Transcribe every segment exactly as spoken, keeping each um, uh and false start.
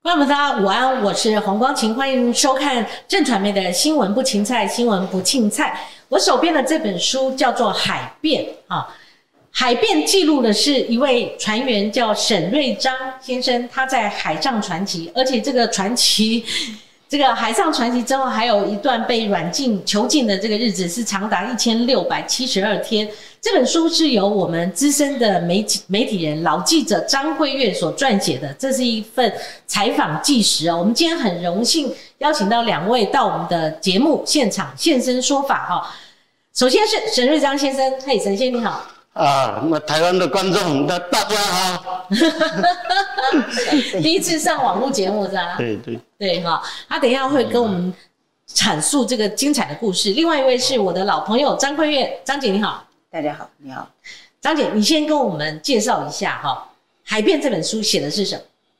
观众们，大家午安，我是黄光芹，欢迎收看正传媒的新闻不芹菜，新闻不庆菜。我手边的这本书叫做《海变》啊，《海变》记录的是一位船员叫沈瑞章先生，他在海上传奇，而且这个传奇。这个海上传奇之后，还有一段被软禁囚禁的这个日子，是长达一千六百七十二天。这本书是由我们资深的媒体媒体人老记者张慧月所撰写的，这是一份采访纪实哦。我们今天很荣幸邀请到两位到我们的节目现场现身说法哈。首先是沈瑞章先生，嘿，沈先生你好。 啊，那台湾的观众，那大家好。 第一次上网络节目是吧？ 对对对哈，他等一下会跟我们阐述这个精彩的故事。另外一位是我的老朋友张慧月，张姐你好。 大家好，你好。 张姐，你先跟我们介绍一下哈，《海变》这本书写的是什么？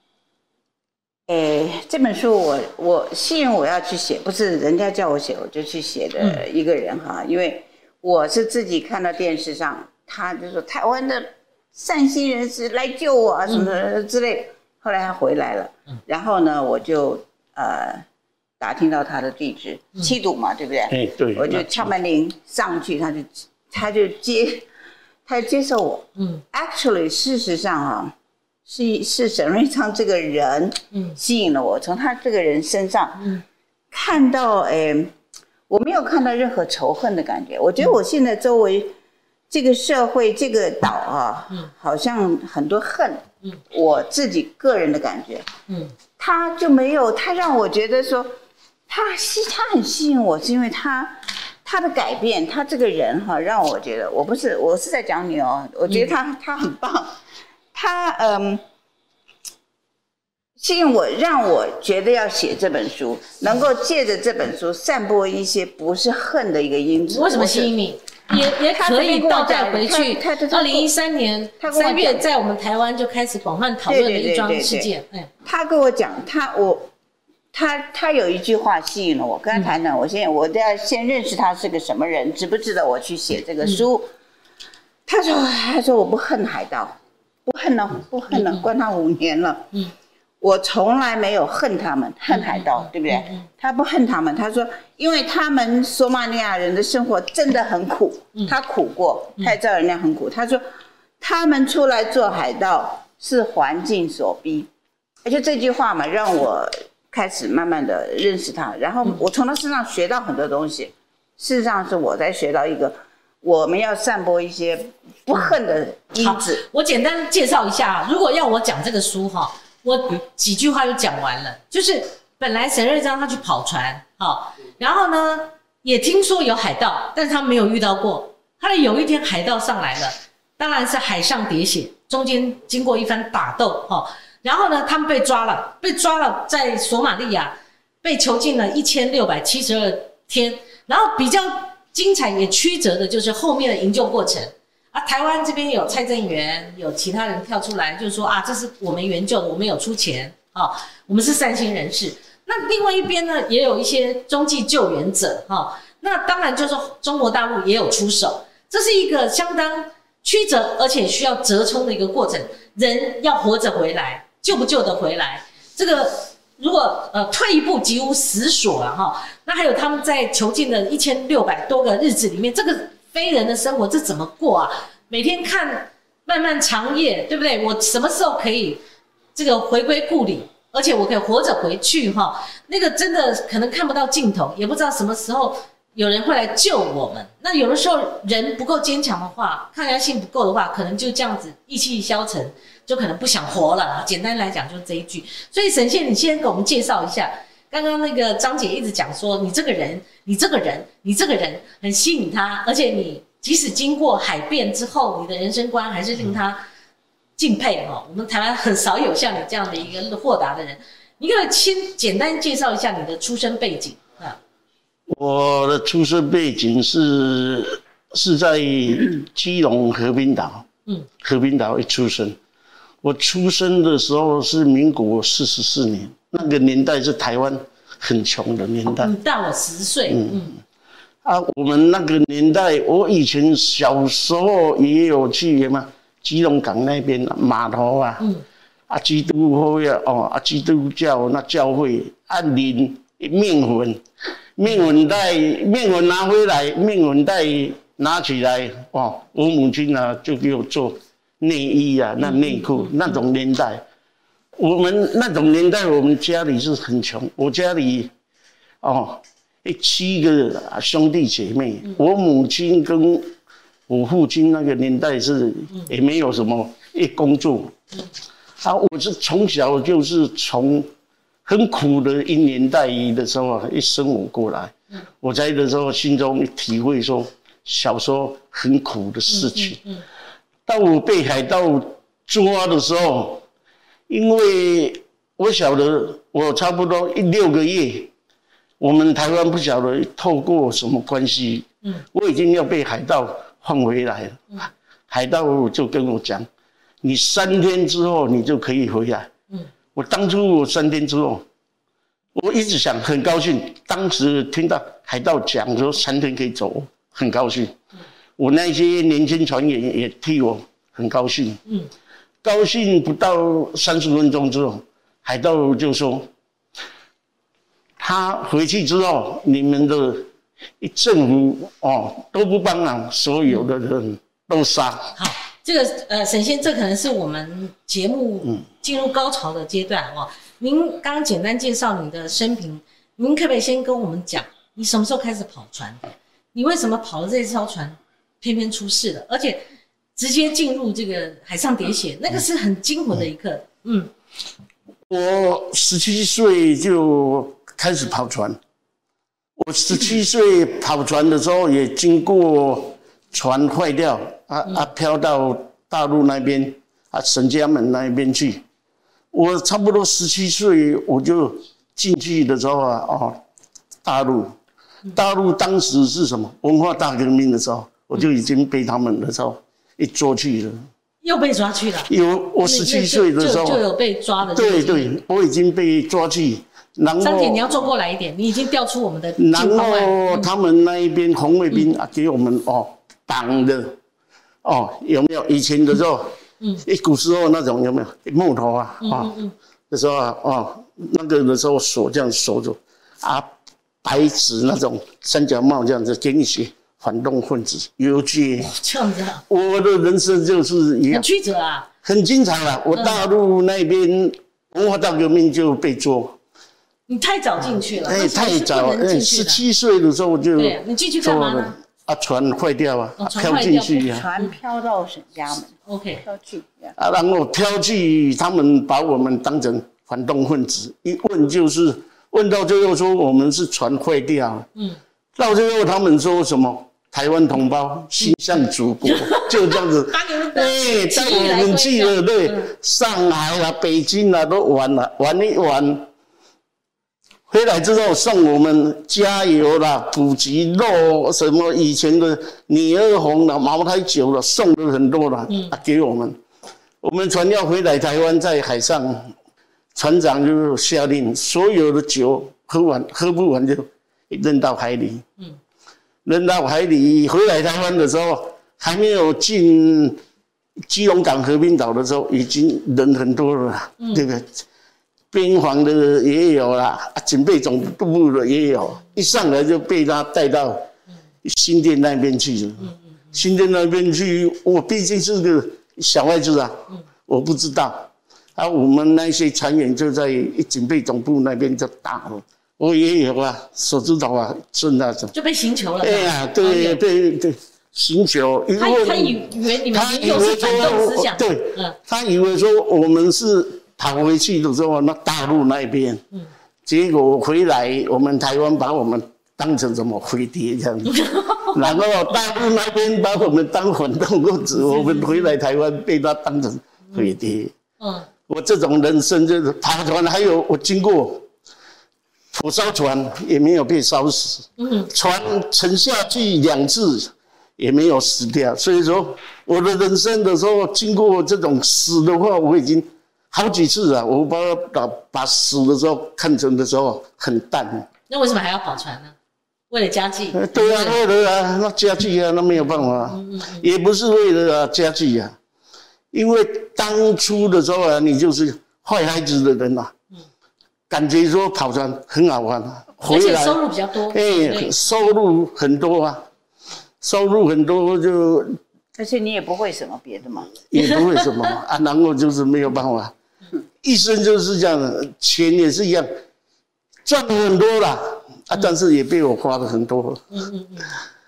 诶，这本书我我吸引我要去写，不是人家叫我写我就去写的一个人哈，嗯、因为我是自己看到电视上。他就说台湾的善心人士来救我啊，什么之类。嗯、后来他回来了，嗯、然后呢，我就呃打听到他的地址，嗯、七堵嘛，对不对？ 哎，对。 我就敲门铃上去，他就他就接，他就接受我。嗯 ，actually 事实上啊，是是沈瑞章这个人，嗯，吸引了我，从他这个人身上，嗯，看到诶，我没有看到任何仇恨的感觉。我觉得我现在周围。这个社会，这个岛啊，嗯、好像很多恨。嗯、我自己个人的感觉，嗯，他就没有，他让我觉得说，他吸，他很吸引我，是因为他他的改变，他这个人哈、啊，让我觉得，我不是，我是在讲你哦，我觉得他、嗯、他很棒，他嗯，吸引我，让我觉得要写这本书，能够借着这本书散播一些不是恨的一个因子。 为什么吸引你？也也可以倒带回去。二零一三年三月，在我们台湾就开始广泛讨论的一桩事件。 他跟我讲，他我他他有一句话吸引了我，跟他谈谈。我先我都要先认识他是个什么人，值不值得我去写这个书？嗯、他说他说我不恨海盗，不恨了，不恨了，关他五年了。嗯。我从来没有恨他们，恨海盗，对不对？他不恨他们，他说，因为他们索马利亚人的生活真的很苦，他苦过，他也知道人家很苦。他说，他们出来做海盗是环境所逼，而且这句话嘛，让我开始慢慢的认识他，然后我从他身上学到很多东西。事实上是我在学到一个，我们要散播一些不恨的因子。 我简单介绍一下，如果要我讲这个书哈。我几句话就讲完了，就是本来沈瑞章他去跑船，好，然后呢也听说有海盗，但是他没有遇到过。后来有一天海盗上来了，当然是海上喋血，中间经过一番打斗，哈，然后呢他们被抓了，被抓了，在索马利亚被囚禁了一千六百七十二天，然后比较精彩也曲折的就是后面的营救过程。啊，台湾这边有蔡正元，有其他人跳出来，就是说啊，这是我们援救的，我们有出钱啊，我们是善心人士。那另外一边呢，也有一些中继救援者哈。那当然就是中国大陆也有出手，这是一个相当曲折而且需要折冲的一个过程。人要活着回来，救不救得回来？这个如果呃退一步即无死所啊哈。那还有他们在囚禁的一千六百多个日子里面，这个。非人的生活这怎么过啊？每天看漫漫长夜，对不对？我什么时候可以这个回归故里，而且我可以活着回去哈？那个真的可能看不到尽头，也不知道什么时候有人会来救我们。那有的时候人不够坚强的话，抗压性不够的话，可能就这样子意气消沉，就可能不想活了。简单来讲就是这一句。所以沈宪，你先给我们介绍一下。刚刚那个张姐一直讲说，你这个人，你这个人，你这个人很吸引他，而且你即使经过海变之后，你的人生观还是令他敬佩哈。我们台湾很少有像你这样的一个豁达的人。你可以先简单介绍一下你的出生背景啊？ 我的出生背景是是在基隆和平岛，嗯，和平岛一出生。我出生的时候是民国四十四年。那个年代是台湾很穷的年代， 你大我十岁。嗯嗯， 啊，我们那个年代，我以前小时候也有去嘛，基隆港那边码头啊，嗯， 啊，基督会啊，哦，啊，基督教那教会按灵面粉，面粉袋面粉拿回来，面粉袋拿起来，哦，我母亲啊就给我做内衣啊，那内裤那种年代，我们那种年代，我们家里是很穷，我家里哦，七个兄弟姐妹，我母亲跟我父亲那个年代是也没有什么一工作。啊，我是从小就是从很苦的一年代的时候啊，一生活过来，我在的时候心中体会说小时候很苦的事情。到我被海盗抓的时候，因为我晓得我差不多一六个月，我们台湾不晓得透过什么关系，我已经要被海盗放回来了。海盗就跟我讲。你三天之后你就可以回来。嗯，我当初我三天之后，我一直想很高兴。当时听到海盗讲说三天可以走，很高兴。嗯，我那些年轻船员也替我很高兴。嗯，高兴不到三十分钟之后，海盗就说，他回去之后，你们的政府哦都不帮忙，所有的人都杀。 好。这个呃，沈先，这可能是我们节目进入高潮的阶段哦。您刚刚简单介绍你的生平，您可不可以先跟我们讲，你什么时候开始跑船的？你为什么跑了这艘船，偏偏出事了，而且直接进入这个海上喋血，那个是很惊魂的一刻。嗯， 我十七岁就开始跑船，我十七岁跑船的时候也经过。船坏掉啊啊，飘到大陆那边啊，沈家门那边去。我差不多十七岁我就进去的时候啊，哦，大陆，大陆当时是什么文化大革命的时候，我就已经被他们的时候一捉去了。 又被抓去了？ 有，我十七岁的时候就, 就有被抓的。 对对，我已经被抓去。然后张姐，你要坐过来一点，你已经调出我们的然后他们那一边红卫兵啊，给我们哦。绑的，哦，有没有以前的时候，嗯，一古时候那种有没有木头啊，啊、哦，嗯的时候啊，哦，那个的时候锁这样锁住，啊，白纸那种三角帽这样子给你写反动分子游街， 这样子啊， 我的人生就是一样， 很曲折啊， 很精彩啊。我大陆那边文化大革命就被捉， 你太早进去了， 哎，太早，哎，十七岁的时候就， 对，你进去干嘛呢？ 啊，船坏掉啊，哦、飘进去啊， 船飘到沈家门 ，OK， 飘去啊，然后飘去，他们把我们当成反动分子，一问就是问到最后说我们是船坏掉，嗯，到最后他们说什么台湾同胞心向祖国，就这样子，哎，带我们去了，对，上海啊、北京啊都玩了，玩一玩。回来之后送我们加油啦、补给肉什么以前的女儿红啦、茅台酒了，送了很多啦，嗯、啊给我们。我们船要回来台湾，在海上，船长就下令，所有的酒喝完喝不完就扔到海里。嗯，扔到海里，回来台湾的时候还没有进基隆港和平岛的时候，已经人很多了啦，嗯、对不对？边防的也有啦，警备总部的也有，一上来就被他带到新店那边去了。新店那边去，我毕竟是个小孩子啊，我不知道。啊，我们那些船员就在警备总部那边就打了，我也有啊，手指头啊，是那种就被刑求了。 哎呀，对对对，刑求。 他他以为你们又是反动思想， 对，他以为说我们是。跑回去的时候，那大陆那边，嗯、结果回来，我们台湾把我们当成什么飞碟这样子，然后大陆那边把我们当反动分子，我们回来台湾被他当成飞碟。嗯，我这种人生就是跑船，还有我经过火烧船也没有被烧死，嗯，船沉下去两次也没有死掉，所以说我的人生的时候经过这种死的话，我已经。好几次啊，我把把把死的时候看成的时候很淡。 那为什么还要跑船呢？为了家计？ 对啊，为了啊，那家计啊，那没有办法，嗯嗯嗯也不是为了啊家计啊，因为当初的时候啊，你就是坏孩子的人啊，嗯、感觉说跑船很好玩啊， 回来而且收入比较多， 哎、欸，收入很多啊，收入很多就， 而且你也不会什么别的嘛， 也不会什么啊，然后就是没有办法，一生就是这样的，钱也是一样，赚很多啦，啊，但是也被我花了很多，嗯嗯嗯。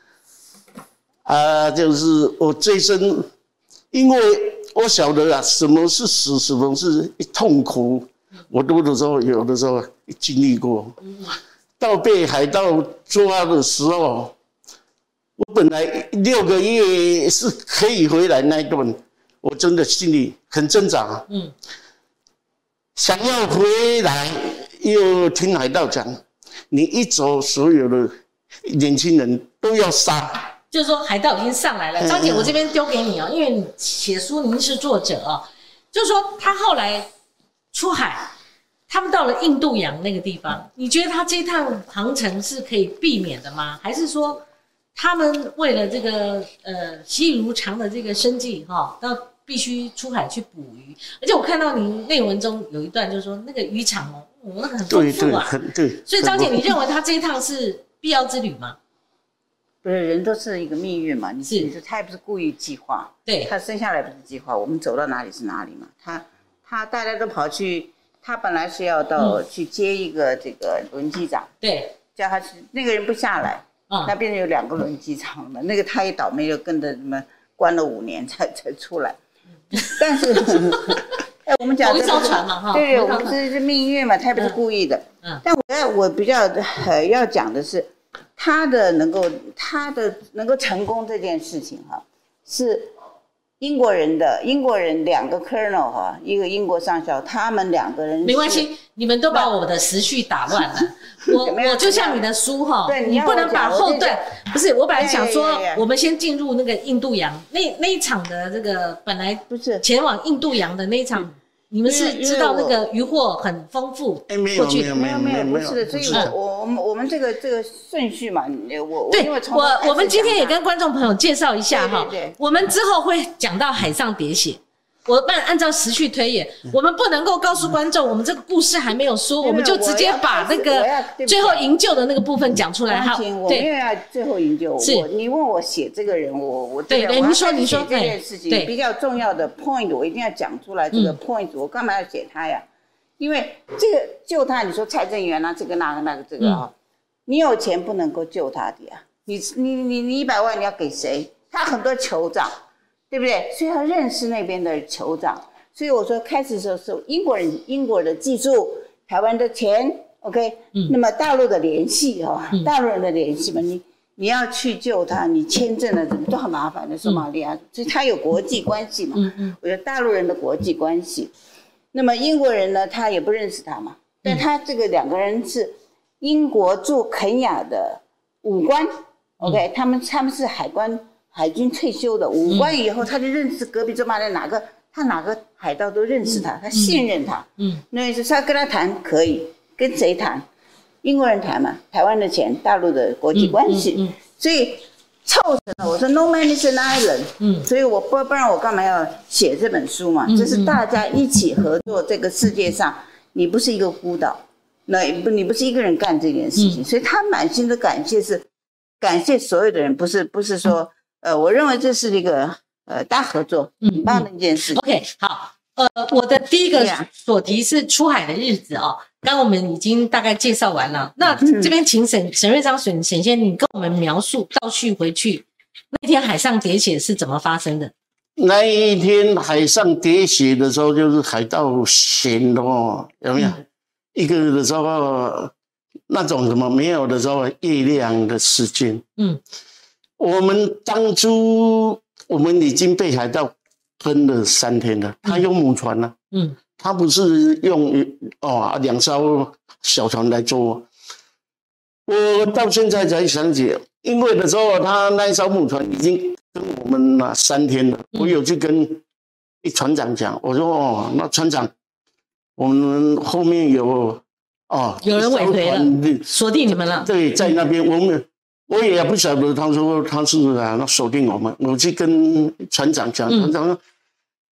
啊，就是我这一生，因为我晓得啊，什么是死，什么是痛苦，我多的时候，有的时候经历过。到被海盗抓的时候，我本来六个月是可以回来那一段，我真的心里很挣扎。嗯，想要回来，又听海盗讲，你一走，所有的年轻人都要杀。 就是说海盗已经上来了，张姐，我这边丢给你哦，因为你写书，您是作者哦。就是说他后来出海，他们到了印度洋那个地方，你觉得他这趟航程是可以避免的吗？还是说他们为了这个呃习以如常的这个生计哈，到必须出海去捕鱼？而且我看到您内文中有一段，就是说那个渔场哦，哦那个很丰富啊， 对对对。 所以张姐，你认为他这一趟是必要之旅吗？ 不是，人都是一个命运嘛，你是他也不是故意计划， 对， 他生下来不是计划，我们走到哪里是哪里嘛。他他大家都跑去，他本来是要到、嗯、去接一个这个轮机长， 对，叫他去，那个人不下来，嗯，那变成有两个轮机长了，那个他也倒霉，又跟着什么关了五年才才出来，但是，哎，我们讲同一艘船嘛，哈， 对，我们这是命运嘛，他也不是故意的，嗯，但我要我比较呃要讲的是。他的能够，他的能够成功这件事情哈，是英国人的英国人两个 colonel 哈，一个英国上校，他们两个人没关系，你们都把我的时序打乱了。我我就像你的书哈， 对， 你不能把后段不是。我本来想说，我们先进入那个印度洋那那一场的这个本来不是前往印度洋的那一场。你们是知道那个渔获很丰富， 哎，没有没有没有没有不是的，所以我我我们我们这个这个顺序嘛，我对我我们今天也跟观众朋友介绍一下哈，我们之后会讲到海上喋血，我们按照时序推演，我们不能够告诉观众我们这个故事还没有说，我们就直接把那个最后营救的那个部分讲出来。 好，我没有要最后营救，我你问我写这个人，我我对对，您说您说这件事情比较重要的 point， 我一定要讲出来这个 point， 我干嘛要写他呀？因为这个救他，你说蔡正元啊，这个那个那个这个啊，你有钱不能够救他的呀，你你你你一百万你要给谁？他很多酋长。对不对？所以他认识那边的酋长，所以我说开始的时候是英国人、英国的技术、台湾的钱 ，OK，、嗯、那么大陆的联系哦，嗯、大陆人的联系嘛，你你要去救他，你签证的怎么都很麻烦的，索马利亚，嗯、所以他有国际关系嘛。嗯嗯，我觉得大陆人的国际关系，那么英国人呢，他也不认识他嘛，但他这个两个人是英国驻肯亚的武官 ，OK，、嗯、他们他们是海关。海军退休的武官以后，他就认识隔壁这帮人，哪个他哪个海盗都认识他，他信任他。嗯，那意思他跟他谈可以，跟谁谈？英国人谈嘛，台湾的钱，大陆的国际关系，嗯嗯嗯、所以凑成了。我说 No man is an island。嗯，所以我不不然我干嘛要写这本书嘛？这是大家一起合作，这个世界上你不是一个孤岛，那不你不是一个人干这件事情，嗯、所以他满心的感谢是感谢所有的人，不是不是说。呃，我认为这是一个呃大合作，很棒的一件事情。 OK， 好，呃，我的第一个所提是出海的日子哦，刚刚我们已经大概介绍完了。那这边请沈沈瑞章沈沈先，你跟我们描述倒叙回去那天海上喋血是怎么发生的？ 那一天海上喋血的时候，就是海盗闲的哦，有没有？嗯、一个的时候，那种什么没有的时候，月亮的时间，嗯。我们当初我们已经被海盗跟了三天了，他用母船了、啊，嗯，他不是用哦两艘小船来做。我到现在才想起，因为的时候他那一艘母船已经跟我们那三天了，我有去跟一船长讲，我说哦，那船长，我们后面有哦有人尾随了，锁定你们了， 对，在那边我们。我也不晓得，他说他是啊，那锁定我们。我去跟船长讲，船长说：“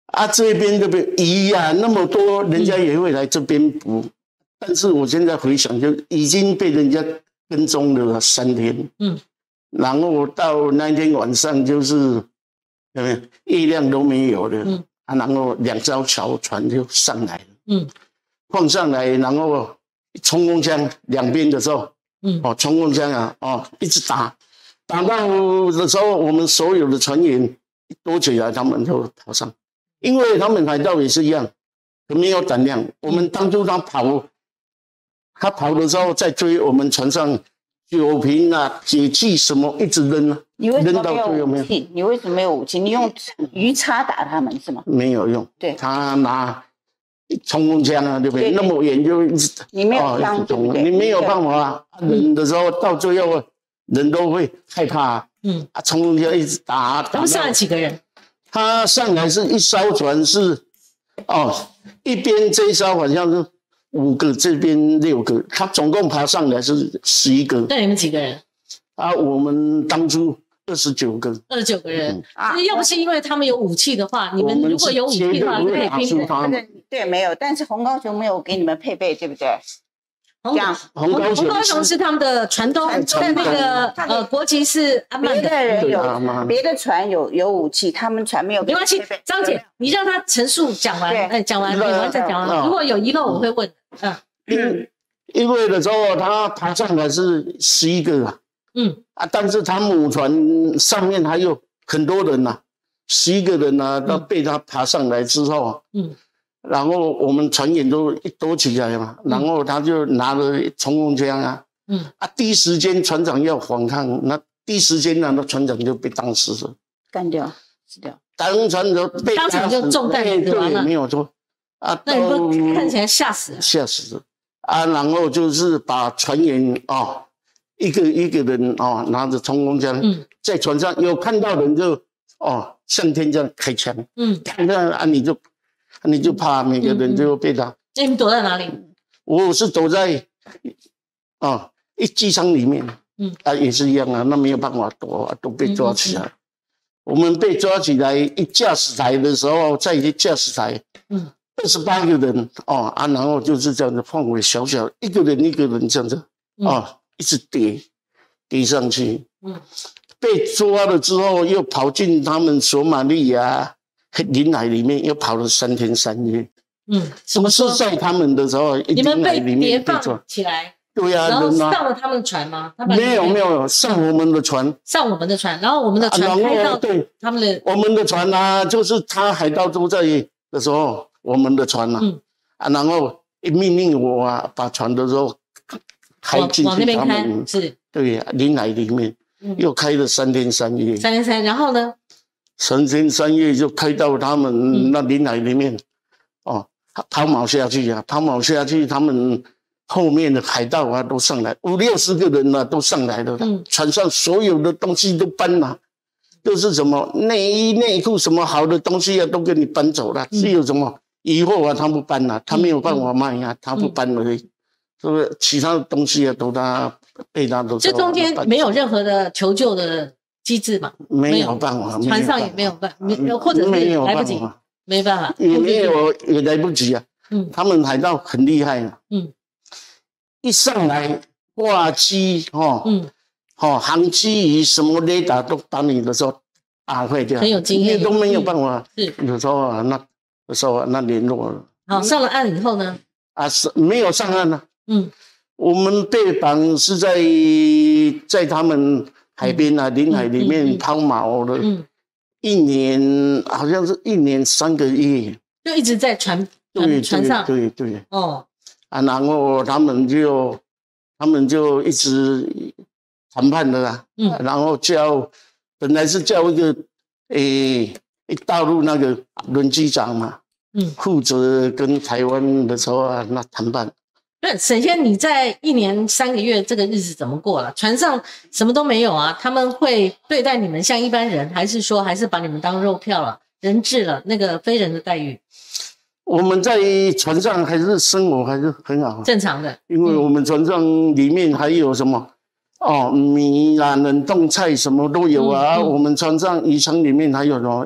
啊，这边这边鱼啊那么多，人家也会来这边捕。嗯、但是我现在回想，就已经被人家跟踪了三天。嗯，然后到那天晚上就是有没有月亮都没有了。嗯，啊，然后两艘小船就上来了。嗯，放上来，然后冲锋枪两边的时候，嗯，哦，冲锋枪啊，哦，一直打，打到的时候，我们所有的船员多起来，他们就跑上。因为他们海盗也是一样，没有胆量。我们当初他跑，他跑的时候在追我们船上酒瓶啊、铁器什么一直扔啊。 你为什么没有武器？你为什么没有武器？你用鱼叉打他们是吗？ 没有用。 对， 他拿冲锋枪啊，对不对？对对，那么远就一直， 你没有枪，对不对？ 你没有办法啊。人的时候到最后，人都会害怕啊。嗯，啊，冲锋枪一直打。 他们上来几个人？ 他上来是一艘船是，哦，一边这一艘好像是五个，这边六个，他总共爬上来是十一个。 那你们几个人？ 啊，我们当初二十九个。 二十九个人，啊、嗯，要不是因为他们有武器的话，你们如果有武器的话，可以拼的。 对，没有，但是红高雄没有给你们配备，对不对？ 红红高雄，红高雄是他们的船东，但那个呃国籍是阿曼的。 别的人有，别的船有有武器，他们船没有。 没关系，张姐，你让他陈述讲完，哎，讲完，你完再讲完。如果有遗漏，我会问。嗯， 因因为的时候他爬上来是十一个啊，嗯啊，但是他母船上面还有很多人呐，十一个人呐，都被他爬上来之后，嗯。然后我们船员都一躲起来嘛，然后他就拿了冲锋枪啊，嗯啊，第一时间船长要反抗，那第一时间呢，那船长就被当死了， 干掉，死掉， 当船长被当场就中弹死亡了， 没有错啊，那你不看起来吓死了， 吓死了啊，然后就是把船员哦，一个一个人哦拿着冲锋枪，嗯，在船上有看到人就哦向天这样开枪，嗯，看到啊你就。你就怕每个人就被他。 那、嗯嗯、你躲在哪里？ 我是躲在啊、哦、一机舱里面，嗯啊也是一样啊，那没有办法躲啊，都被抓起来。嗯嗯、我们被抓起来一驾驶台的时候，在一驾驶台，嗯，二十八个人哦啊，然后就是这样子范围小小，一个人一个人这样子啊、嗯哦，一直叠叠上去，嗯，被抓了之后又跑进他们索马利亚。临海里面又跑了三天三夜，嗯，什么是在他们的时候， 你们被叠放起来， 对呀、啊， 然后上了他们的船吗？他没有没有上我们的船， 上我们的船，然后我们的船开到对他们的我们的船啊，就是他海盗都在的时候，我们的船啊，嗯啊，然后一命令我啊，把船的时候开进去他们， 是， 对呀、啊，临海里面、嗯、又开了三天三夜， 三天三夜，然后呢？ 三天三夜就开到他们那临海里面，嗯、哦，抛锚下去啊，抛锚下去，他们后面的海盗啊都上来，五六十个人啊都上来了，嗯、船上所有的东西都搬了，就是什么内衣内裤什么好的东西啊都给你搬走了，嗯、只有什么衣服啊他不搬了，他没有办法卖啊，嗯、他不搬而已，是不是？其他的东西啊都他被他都这中间没有任何的求救的机制嘛？ 没有办法， 船上也没有办法，没有，或者是来不及，没办法， 也没有也来不及啊。嗯，他们海盗很厉害啊。嗯，一上来挂机哦，嗯，哦，航机仪什么雷达都把你的时候打坏掉， 很有经验， 你都没有办法。 是有时候啊，那有时候啊，那联络了。 好，上了岸以后呢？ 啊，是没有上岸呢。嗯，我们被绑是在在他们。海边啊，临海里面抛锚了，嗯，一年好像是一年三个月， 就一直在船对船上， 对对对，哦，啊，然后他们就他们就一直谈判的啦，嗯，然后叫本来是叫一个诶，大陆那个轮机长嘛，嗯，负责跟台湾的时候啊，那谈判。 对，沈先，你在一年三个月这个日子怎么过了？船上什么都没有啊？他们会对待你们像一般人，还是说还是把你们当肉票了、人质了？那个非人的待遇？ 我们在船上还是生活还是很好， 正常的， 因为我们船上里面还有什么、嗯、哦米啊、冷冻菜什么都有啊。嗯嗯、我们船上鱼舱里面还有什么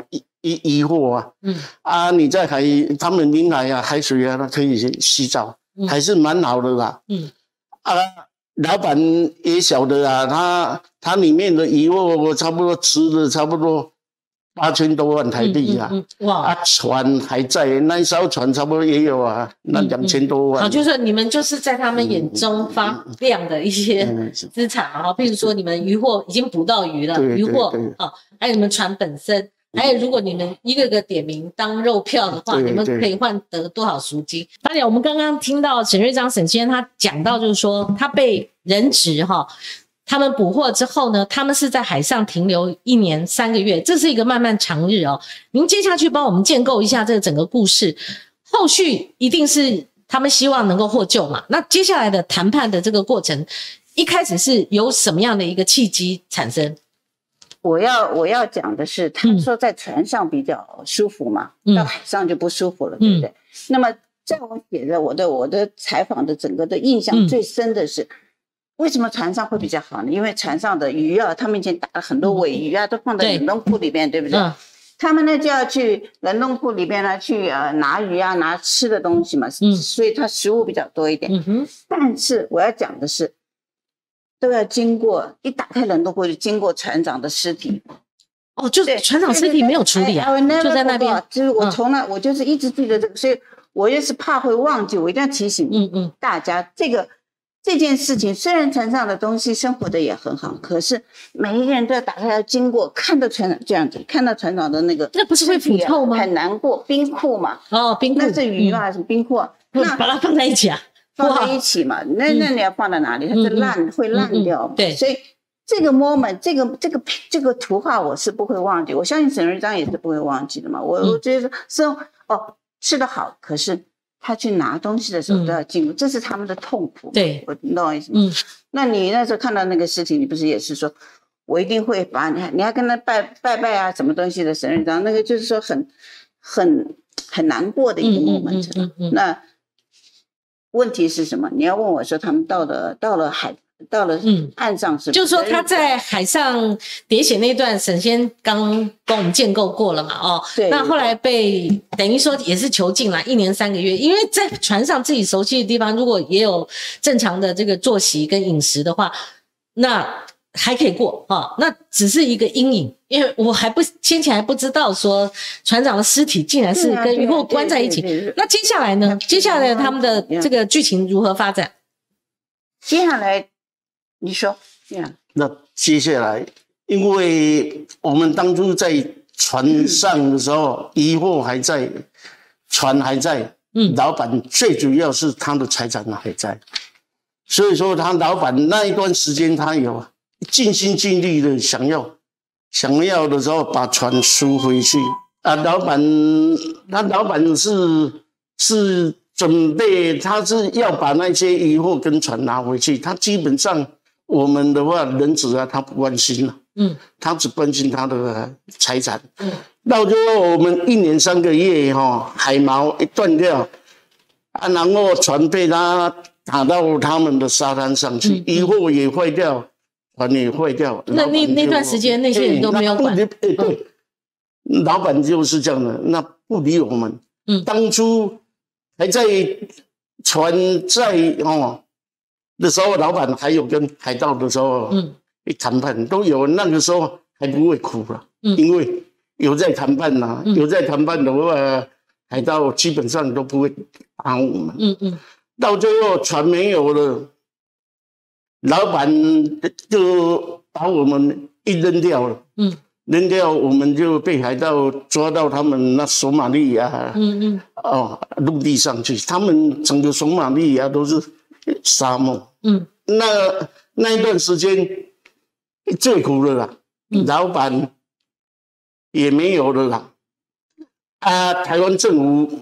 渔渔获啊，嗯啊，你在海他们临海啊海水啊，可以洗澡，嗯、还是蛮好的啦，嗯啊，老板也晓得啊，他他里面的渔获差不多吃的差不多。八千多万台币啊！嗯嗯嗯、哇！啊，船还在，那一艘船差不多也有啊，那两千多万。 好、嗯嗯，就是你们就是在他们眼中发亮的一些资产嘛，哈、嗯，比如说你们渔获已经捕到鱼了，渔获啊，还有你们船本身，还有如果你们一个个点名当肉票的话，你们可以换得多少赎金？当然，我们刚刚听到沈瑞章沈先生他讲到，就是说他被人质哈。他们捕获之后呢，他们是在海上停留一年三个月，这是一个漫漫长日哦。您接下去帮我们建构一下这个整个故事，后续一定是他们希望能够获救嘛？那接下来的谈判的这个过程，一开始是有什么样的一个契机产生？ 我要我要讲的是，他说在船上比较舒服嘛，嗯、到海上就不舒服了，嗯、对不对？那么在我写的我的我的采访的整个的印象最深的是。嗯为什么船上会比较好呢？因为船上的鱼啊，他们以前打了很多尾鱼啊，都放在冷冻库里面， 对, 对不对、嗯？他们呢就要去冷冻库里边呢去呃拿鱼啊，拿吃的东西嘛，嗯、所以它食物比较多一点。嗯哼。但是我要讲的是，都要经过一打开冷冻库就经过船长的尸体。 哦，就是船长尸体没有处理啊，就在那边。 就是我从来、嗯、我就是一直记得这个，所以我就是怕会忘记，我一定要提醒嗯嗯大家嗯这个。这件事情虽然船上的东西生活的也很好，可是每一个人都要打开，要经过看到船长这样子，看到船长的那个， 那不是会腐臭吗？ 很难过，冰库嘛， 哦，冰库那是鱼嘛，嗯、是冰库、啊， 那把它放在一起啊， 放在一起嘛，那那你要放在哪里？它是烂、嗯、会烂掉嘛、 嗯嗯，对， 所以这个 moment， 这个这个这个图画我是不会忘记，我相信沈瑞章也是不会忘记的嘛，我、嗯、我觉得是哦，吃得好，可是。他去拿东西的时候都要进入、嗯，这是他们的痛苦。 对， 我你懂我意思吗？嗯，那你那时候看到那个事情，你不是也是说，我一定会把你，你还跟他拜拜拜啊，什么东西的沈瑞章，那个就是说很很很难过的一个 moment、嗯嗯嗯嗯。那问题是什么？你要问我说，他们到了到了海。到了岸上是、 嗯，就是说他在海上喋血那段，沈先刚帮我们建构过了嘛，哦，对，那后来被等于说也是囚禁了一年三个月，因为在船上自己熟悉的地方，如果也有正常的这个作息跟饮食的话，那还可以过啊、哦，那只是一个阴影，因为我还不先前还不知道说船长的尸体竟然是跟渔获关在一起，那接下来呢？接下来他们的这个剧情如何发展？ 接下来。你说，嗯， 那接下来，因为我们当初在船上的时候，渔获还在，船还在，嗯，老板最主要是他的财产还在，所以说他老板那一段时间，他有尽心尽力的想要，想要的时候把船赎回去啊。老板，他老板是是准备，他是要把那些渔获跟船拿回去，他基本上。我们的话，人质啊，他不关心了，嗯，他只关心他的财产，嗯，到最后我们一年三个月哈、哦，海锚一断掉，啊，然后船被他打到他们的沙滩上去，渔获、嗯、也坏掉，船也坏掉。 那那那段时间那些人都没有管， 哎、欸，对、嗯，老板就是这样的，那不理我们，嗯，当初还在船在哦。的时候，老板还有跟海盗的时候，嗯，谈判都有。那个时候还不会哭了，嗯，因为有在谈判呐、啊嗯，有在谈判的话，海盗基本上都不会打我们，嗯嗯。到最后船没有了，老板就把我们一扔掉了，嗯，扔掉我们就被海盗抓到他们那索马利亚，嗯嗯，哦，陆地上去，他们整个索马利亚都是。沙漠，嗯，那那一段时间最苦了啦，嗯、老板也没有了啦，啊，台湾政府，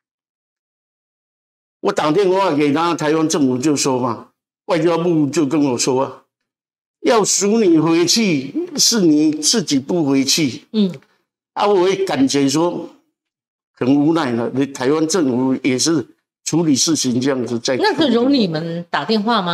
我打电话给他，台湾政府就说嘛，外交部就跟我说啊，要赎你回去，是你自己不回去，嗯，啊，我也感觉说很无奈了，台湾政府也是。处理事情这样子在， 那个容你们打电话吗？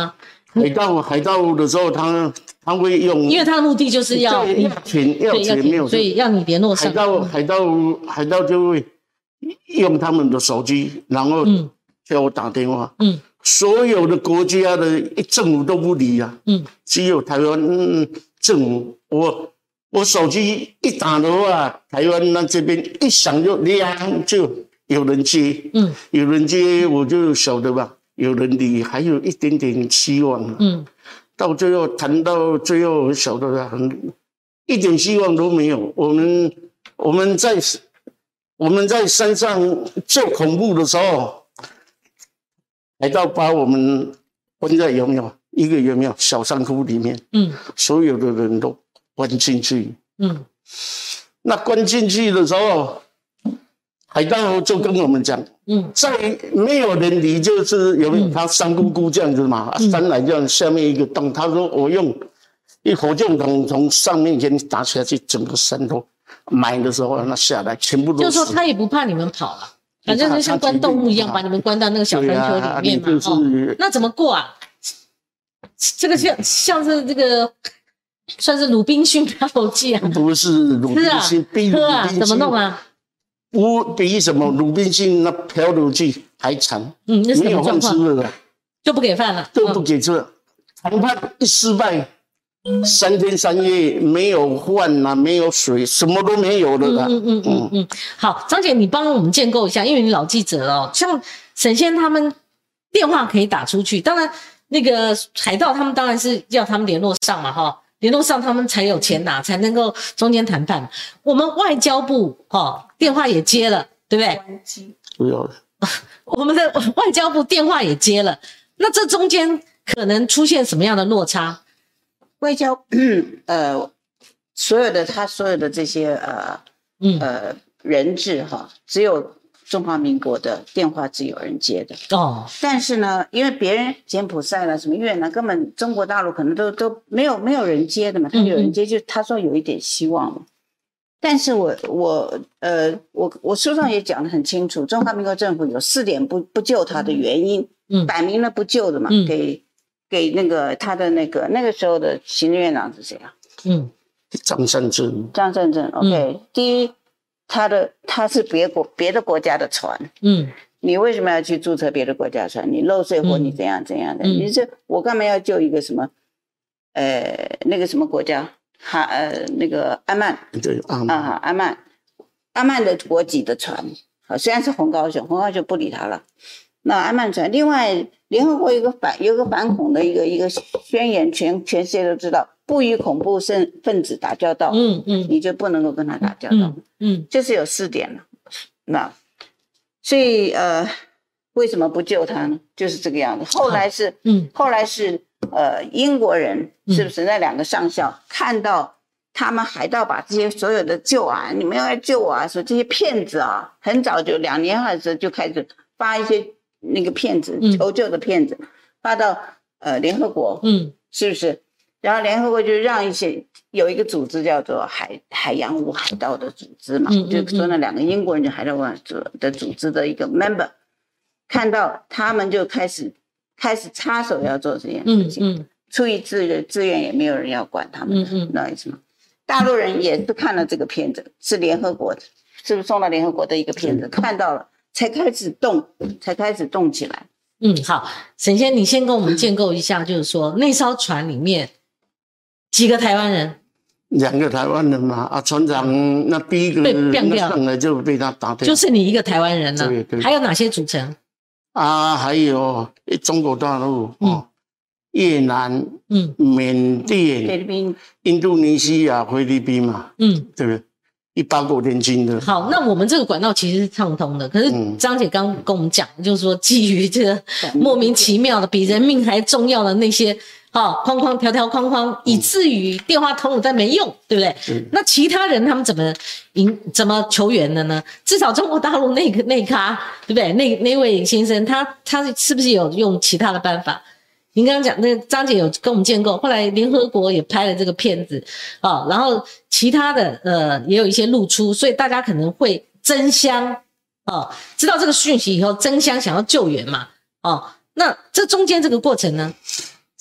海盗海盗的时候，他他会用， 因为他的目的就是要要钱要钱没有， 所以要你联络上。 海盗海盗海盗就会用他们的手机，然后叫我打电话。嗯，所有的国家的政府都不理啊。嗯，只有台湾、嗯、政府，我我手机一打的话，台湾那这边一响就亮，就有人接。嗯，有人接我就晓得吧。有人理，还有一点点希望。嗯，到最后谈到最后，晓得很一点希望都没有。我们我们在我们在山上做恐怖的时候，海盗把我们关在有没有一个有没有小山窟里面？嗯，所有的人都关进去。嗯，那关进去的时候。海盗就跟我们讲，嗯，在没有人理，就是有没有他山姑姑这样子嘛，嗯、山来这样下面一个洞，他说我用一火箭筒从上面先打下去，整个山都埋的时候，那下来全部都就是说他也不怕你们跑了，反正就像关动物一样，把你们关到那个小山丘里面嘛。啊就是哦、那怎么过啊？这个像像是这个算是鲁滨逊漂流记啊？ 不是鲁滨逊，比喝啊？怎么弄啊？ 不比什么鲁滨逊那漂流记还惨， 嗯，那是没有饭吃了， 就不给饭了， 都不给吃了。谈判一失败，三天三夜没有饭啊，没有水，什么都没有了。 嗯嗯嗯嗯。好，张姐，你帮我们建构一下，因为你老记者哦，像沈先他们电话可以打出去，当然那个海盗他们当然是要他们联络上嘛，哈。联络上他们才有钱拿，才能够中间谈判。我们外交部哦，电话也接了，对不对？ 不要了。 我们的外交部电话也接了，那这中间可能出现什么样的落差？ 外交呃，所有的他所有的这些呃嗯呃人质哈，只有中华民国的电话是有人接的哦，但是呢，因为别人柬埔寨啦、什么越南，根本中国大陆可能都都没有没有人接的嘛，他有人接，就他说有一点希望嘛。但是我我呃我我书上也讲得很清楚，中华民国政府有四点不不救他的原因，嗯，摆明了不救的嘛，嗯、给给那个他的那个那个时候的行政院长是谁啊？嗯， 张善政。 张善政 ，OK，、嗯、第一。他的他是别国别的国家的船，嗯，你为什么要去注册别的国家船？你漏税或你怎样怎样的？嗯、你这我干嘛要救一个什么，呃，那个什么国家？哈呃那个阿曼， 对阿曼啊阿曼，阿曼的国籍的船，啊虽然是红高雄，红高雄不理他了。那阿曼船，另外联合国有个反有个反恐的一个一个宣言，全全世界都知道。不与恐怖分子打交道，嗯嗯，你就不能够跟他打交道，嗯，嗯就是有四点了，那所以呃，为什么不救他呢？就是这个样子。后来是，嗯，后来是呃，英国人是不是那两个上校看到他们海盗把这些所有的救啊，你们要来救我啊，说这些骗子啊，很早就两年的时候就开始发一些那个骗子求救的骗子，发到呃联合国，嗯，是不是？然后联合国就让一些有一个组织叫做海海洋无海盗的组织嘛，嗯嗯嗯就说那两个英国人就海盗无海盗的组织的一个 member， 看到他们就开始开始插手要做这件事情，嗯嗯出于自自愿也没有人要管他们，嗯嗯那意思吗？大陆人也是看了这个片子，是联合国的，是不是送到联合国的一个片子，看到了才开始动，才开始动起来。 嗯，好，沈先你先跟我们建构一下，就是说那艘船里面。几个台湾人？ 两个台湾人嘛，啊，船长那第一个上来就被他打掉， 就是你一个台湾人了。对对。还有哪些组成？ 啊，还有中国大陆、嗯、哦，越南、嗯，缅甸、 菲律宾、 印度尼西亚、菲律宾嘛，嗯，对不对？一八国联军的。 好，那我们这个管道其实是畅通的，可是张姐刚跟我们讲，就是说基于这个莫名其妙的、比人命还重要的那些。哦，框框条条框框，以至于电话通了但没用，对不对？嗯、那其他人他们怎么赢、怎么求援的呢？至少中国大陆那个那咖，对不对？那那位先生，他他是不是有用其他的办法？您刚刚讲那张姐有跟我们建构，后来联合国也拍了这个片子啊、哦，然后其他的呃也有一些露出，所以大家可能会争相哦，知道这个讯息以后争相想要救援嘛，哦，那这中间这个过程呢？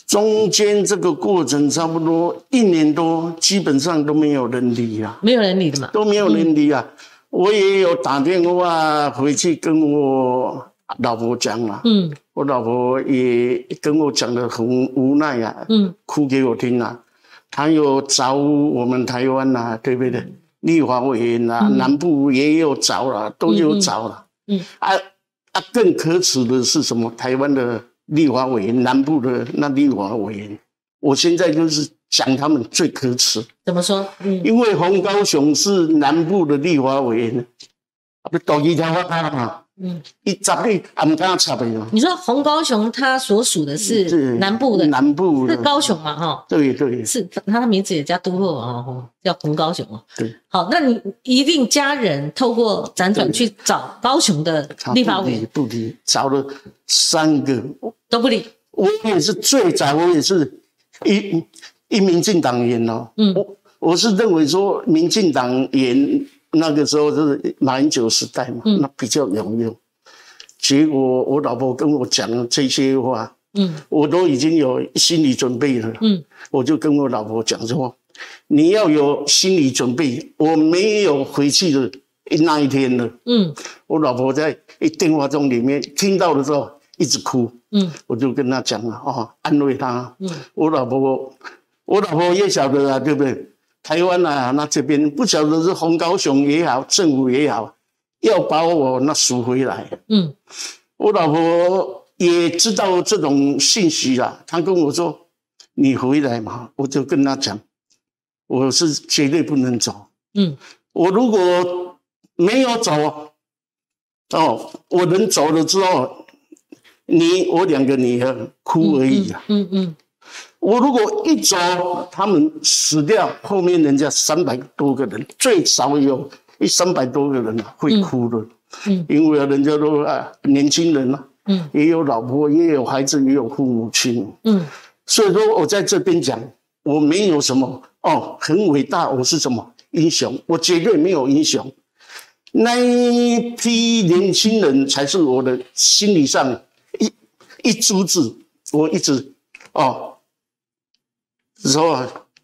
中间这个过程差不多一年多，基本上都没有人理啊， 没有人理的嘛， 都没有人理啊。嗯、我也有打电话回去跟我老婆讲嘛，嗯，我老婆也跟我讲得很无奈啊，嗯，哭给我听啊。她有找我们台湾啊，对不对？立法委员啊，嗯、南部也有找了，都有找了，嗯，嗯啊啊，更可耻的是什么？台湾的立法委员，南部的那立法委员，我现在就是讲他们最可耻。 怎么说？嗯， 因为洪高雄是南部的立法委员，啊，不倒一条花卡嘛，嗯，一十里也不敢插的。 你说洪高雄他所属的是南部的， 南部是高雄嘛？哈， 对对， 是他的名字也叫都后啊，叫洪高雄哦。 对， 好，那你一定家人透过辗转去找高雄的立法委员， 不理，找了三个都不理。 我也是最早，我也是一一民进党员哦，嗯，我我是认为说民进党员。那个时候是马英九时代嘛，嗯、那比较有用。结果我老婆跟我讲这些话，嗯，我都已经有心理准备了，嗯，我就跟我老婆讲说，你要有心理准备，我没有回去的那一天了，嗯，我老婆在电话中里面听到的时候一直哭，嗯，我就跟她讲了，哦，安慰她，嗯，我老婆，我老婆也晓得啊，对不对？台湾啊，那这边不晓得是洪高雄也好，政府也好，要把我那赎回来。嗯，我老婆也知道这种信息啦，她跟我说：“你回来嘛。”我就跟她讲，我是绝对不能走。嗯，我如果没有走，哦，我人走了之后，你我两个女儿哭而已啊。嗯 嗯, 嗯。我如果一走，他们死掉，后面人家三百多个人，最少有一三百多个人会哭的，嗯，因为人家都啊年轻人啊，嗯，也有老婆，也有孩子，也有父母亲，嗯，所以说我在这边讲，我没有什么哦很伟大，我是什么英雄，我绝对没有英雄，那一批年轻人才是我的心理上一一珠子，我一直哦。说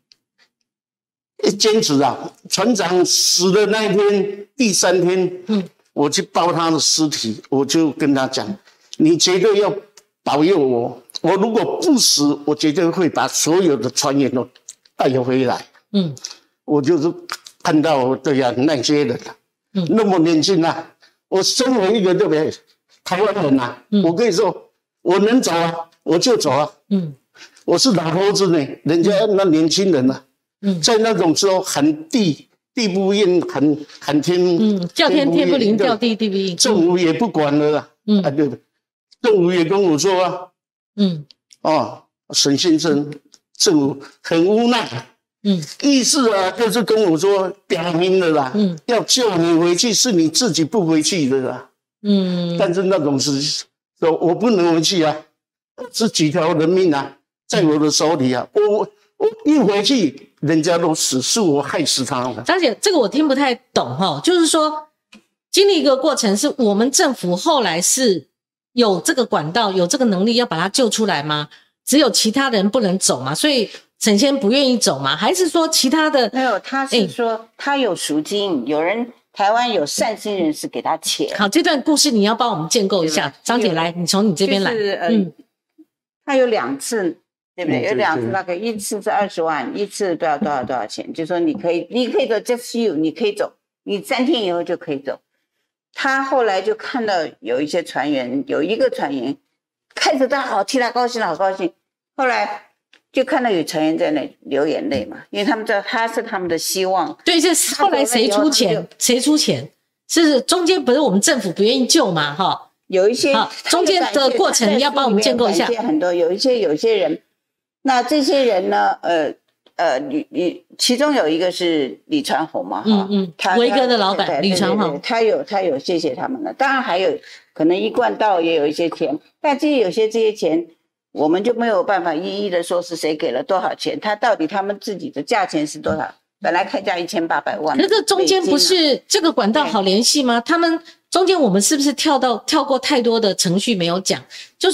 坚持啊！船长死的那一天，第三天，嗯，我去抱他的尸体，我就跟他讲：“你绝对要保佑我，我如果不死，我绝对会把所有的船员都带回来。”嗯，我就是看到对呀、啊、那些人，嗯，那么年轻啊，我身为一个对不对台湾人啊，嗯、我跟你说，我能走啊，我就走啊，嗯。我是老头子呢，人家那年轻人啊，嗯，在那种时候喊地地不应，喊喊天， 嗯，叫天天不灵，叫地地不应， 政府也不管了啦，嗯，啊对，政府也跟我说啊，嗯，哦，沈先生，政府很无奈，嗯，意思啊就是跟我说表明了啦，嗯，要救你回去是你自己不回去的啦，嗯，但是那种事说我不能回去啊，这几条人命啊。在我的手里啊，我我一回去，人家都死，是我害死他了。 张姐，这个我听不太懂哈，就是说，经历一个过程，是我们政府后来是有这个管道，有这个能力要把他救出来吗？只有其他人不能走吗？所以沈先不愿意走吗？还是说其他的？ 没有，他是说他有赎金，有人台湾有善心人士给他钱。 好，这段故事你要帮我们建构一下，张姐来，你从你这边来。 就是呃、嗯，他有两次。对不对？有两次大概一次是二十万，一次不知道多少多少钱，就说你可以，你可以走 ，just you， 你可以走，你三天以后就可以走。他后来就看到有一些船员，有一个船员看着他好，替他高兴了，好高兴。后来就看到有船员在那流眼泪嘛，因为他们知道他是他们的希望。 对，这后来谁出钱？谁出钱？是中间不是我们政府不愿意救嘛？哈， 有一些中间的过程要帮我们建构一下。 很多有一些有一些人。那这些人呢？呃呃，李李，其中有一个是李传宏嘛，哈，嗯嗯， 他维哥的老板李传宏， 他有他有谢谢他们了。当然还有可能一贯道也有一些钱，但这些有些这些钱，我们就没有办法一一的说是谁给了多少钱，他到底他们自己的价钱是多少？本来开价一千八百万， 可是这中间不是这个管道好联系吗？他们中间我们是不是跳到跳过太多的程序没有讲？就是说。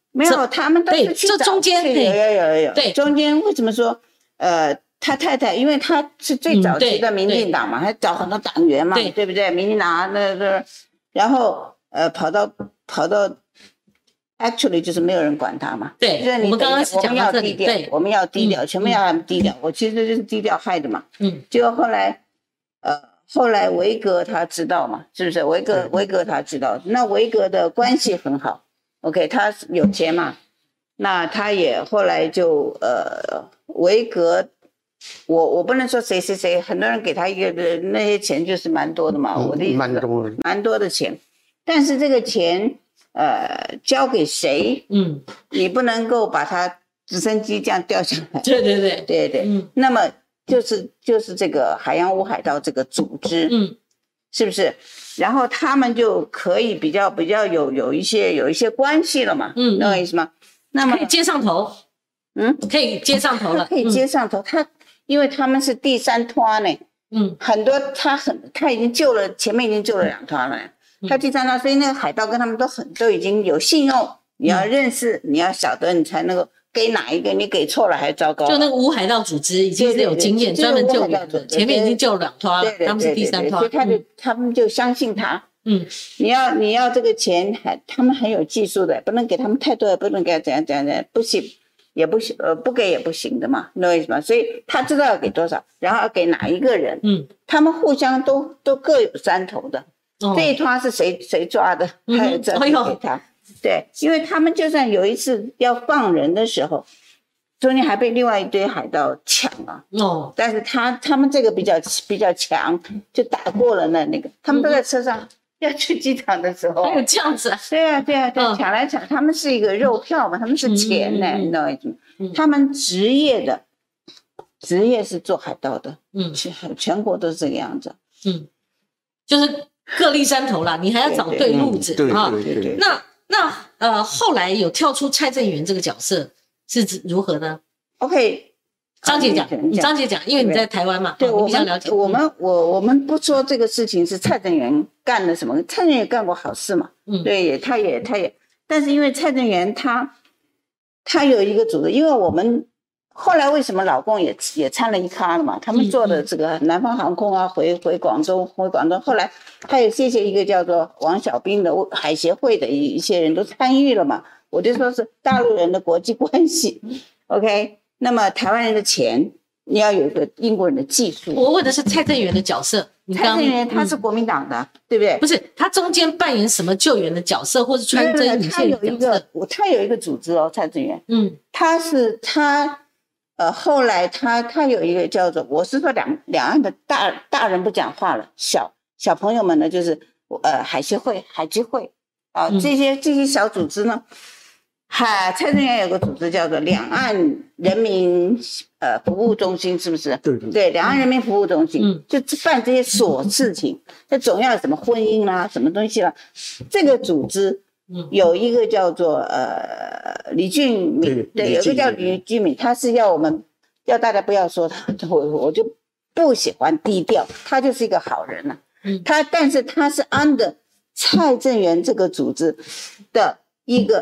没有，他们都是去这中间有有有有有， 对， 中间为什么说呃他太太，因为他是最早期的民进党嘛，他找很多党员嘛，对不对？民进党那个，然后呃跑到跑到 ，actually 就是没有人管他嘛， 对， 就是我们刚刚是讲到这里， 对，我们要低调，全部要低调，我其实就是低调害的嘛，嗯，结果后来呃后来维格他知道嘛，是不是？维格维格他知道，那维格的关系很好 ，OK， 他有钱嘛。那他也后来就呃，维格，我我不能说谁谁谁，很多人给他一个的那些钱就是蛮多的嘛，我的意思蛮多的， 蛮多的钱，但是这个钱呃交给谁，嗯，你不能够把它直升机这样掉下来， 对对对对对，嗯，那么就是就是这个海洋五海盗这个组织，嗯，是不是？然后他们就可以比较比较有有一些有一些关系了嘛，嗯，那个意思吗？那么可以接上头，嗯，可以接上头了， 可以接上头。他因为他们是第三团呢，嗯，很多他很他已经救了前面已经救了两团了，他第三团，所以那个海盗跟他们都很都已经有信用，你要认识，你要晓得，你才能够给哪一个，你给错了还糟糕。 就那个五海盗组织已经是有经验，专门救援的，前面已经救了两团了，他们是第三团， 所以他就他们就相信他。嗯，你要你要这个钱，还他们很有技术的，不能给他们太多，也不能给他怎样怎样怎样，不行，也不行，呃，不给也不行的嘛，你懂我意思吗？所以他知道要给多少，然后要给哪一个人，嗯，他们互相都都各有山头的，哦、这一团是谁谁抓的，他也知道给他，嗯、对，因为他们就算有一次要放人的时候，中间还被另外一堆海盗抢了，哦，但是他他们这个比较比较强，就打过了那那个，他们都在车上。要去机场的时候， 还有这样子啊？ 对啊，对啊，对啊，抢来抢，他们是一个肉票嘛，他们是钱呢，嗯、你懂我意思吗？嗯、他们职业的，职业是做海盗的，嗯，全全国都是这个样子， 嗯，就是各立山头啦，你还要找对路子啊。 对对对。 那那呃，后来有跳出蔡正元这个角色是如何呢 ？OK。 张姐讲，你张姐讲，因为你在台湾嘛， 对， 你比较了解。 我们我我们不说这个事情是蔡正元干了什么，蔡正元也干过好事嘛，嗯，对，他也他也，但是因为蔡正元他他有一个组织，因为我们后来为什么老共也也参了一咖了嘛，他们做的这个南方航空啊，回回广州回广州，后来他也谢谢一个叫做王小兵的海协会的一一些人都参与了嘛，我就说是大陆人的国际关系 ，OK。那么台湾人的钱，你要有一个英国人的技术。 我问的是蔡正元的角色。 蔡正元他是国民党的，嗯、对不对？ 不是，他中间扮演什么救援的角色，或是穿针引线的角色？他有一个，他有一个组织哦，蔡正元。嗯，他是他，呃，后来他他有一个叫做，我是说两两岸的大大人不讲话了，小小朋友们呢，就是呃海协会、海基会啊、呃嗯、这些这些小组织呢。哈，蔡正元有个组织叫做两岸人民呃服务中心，是不是？ 对对对，两岸人民服务中心，嗯，就办这些琐事情，那总要什么婚姻啦，什么东西啦。这个组织有一个叫做呃李俊敏，对，有一个叫李俊敏，他是要我们要大家不要说他，我我就不喜欢低调，他就是一个好人呐、啊。嗯，他但是他是 under 蔡正元这个组织的一个。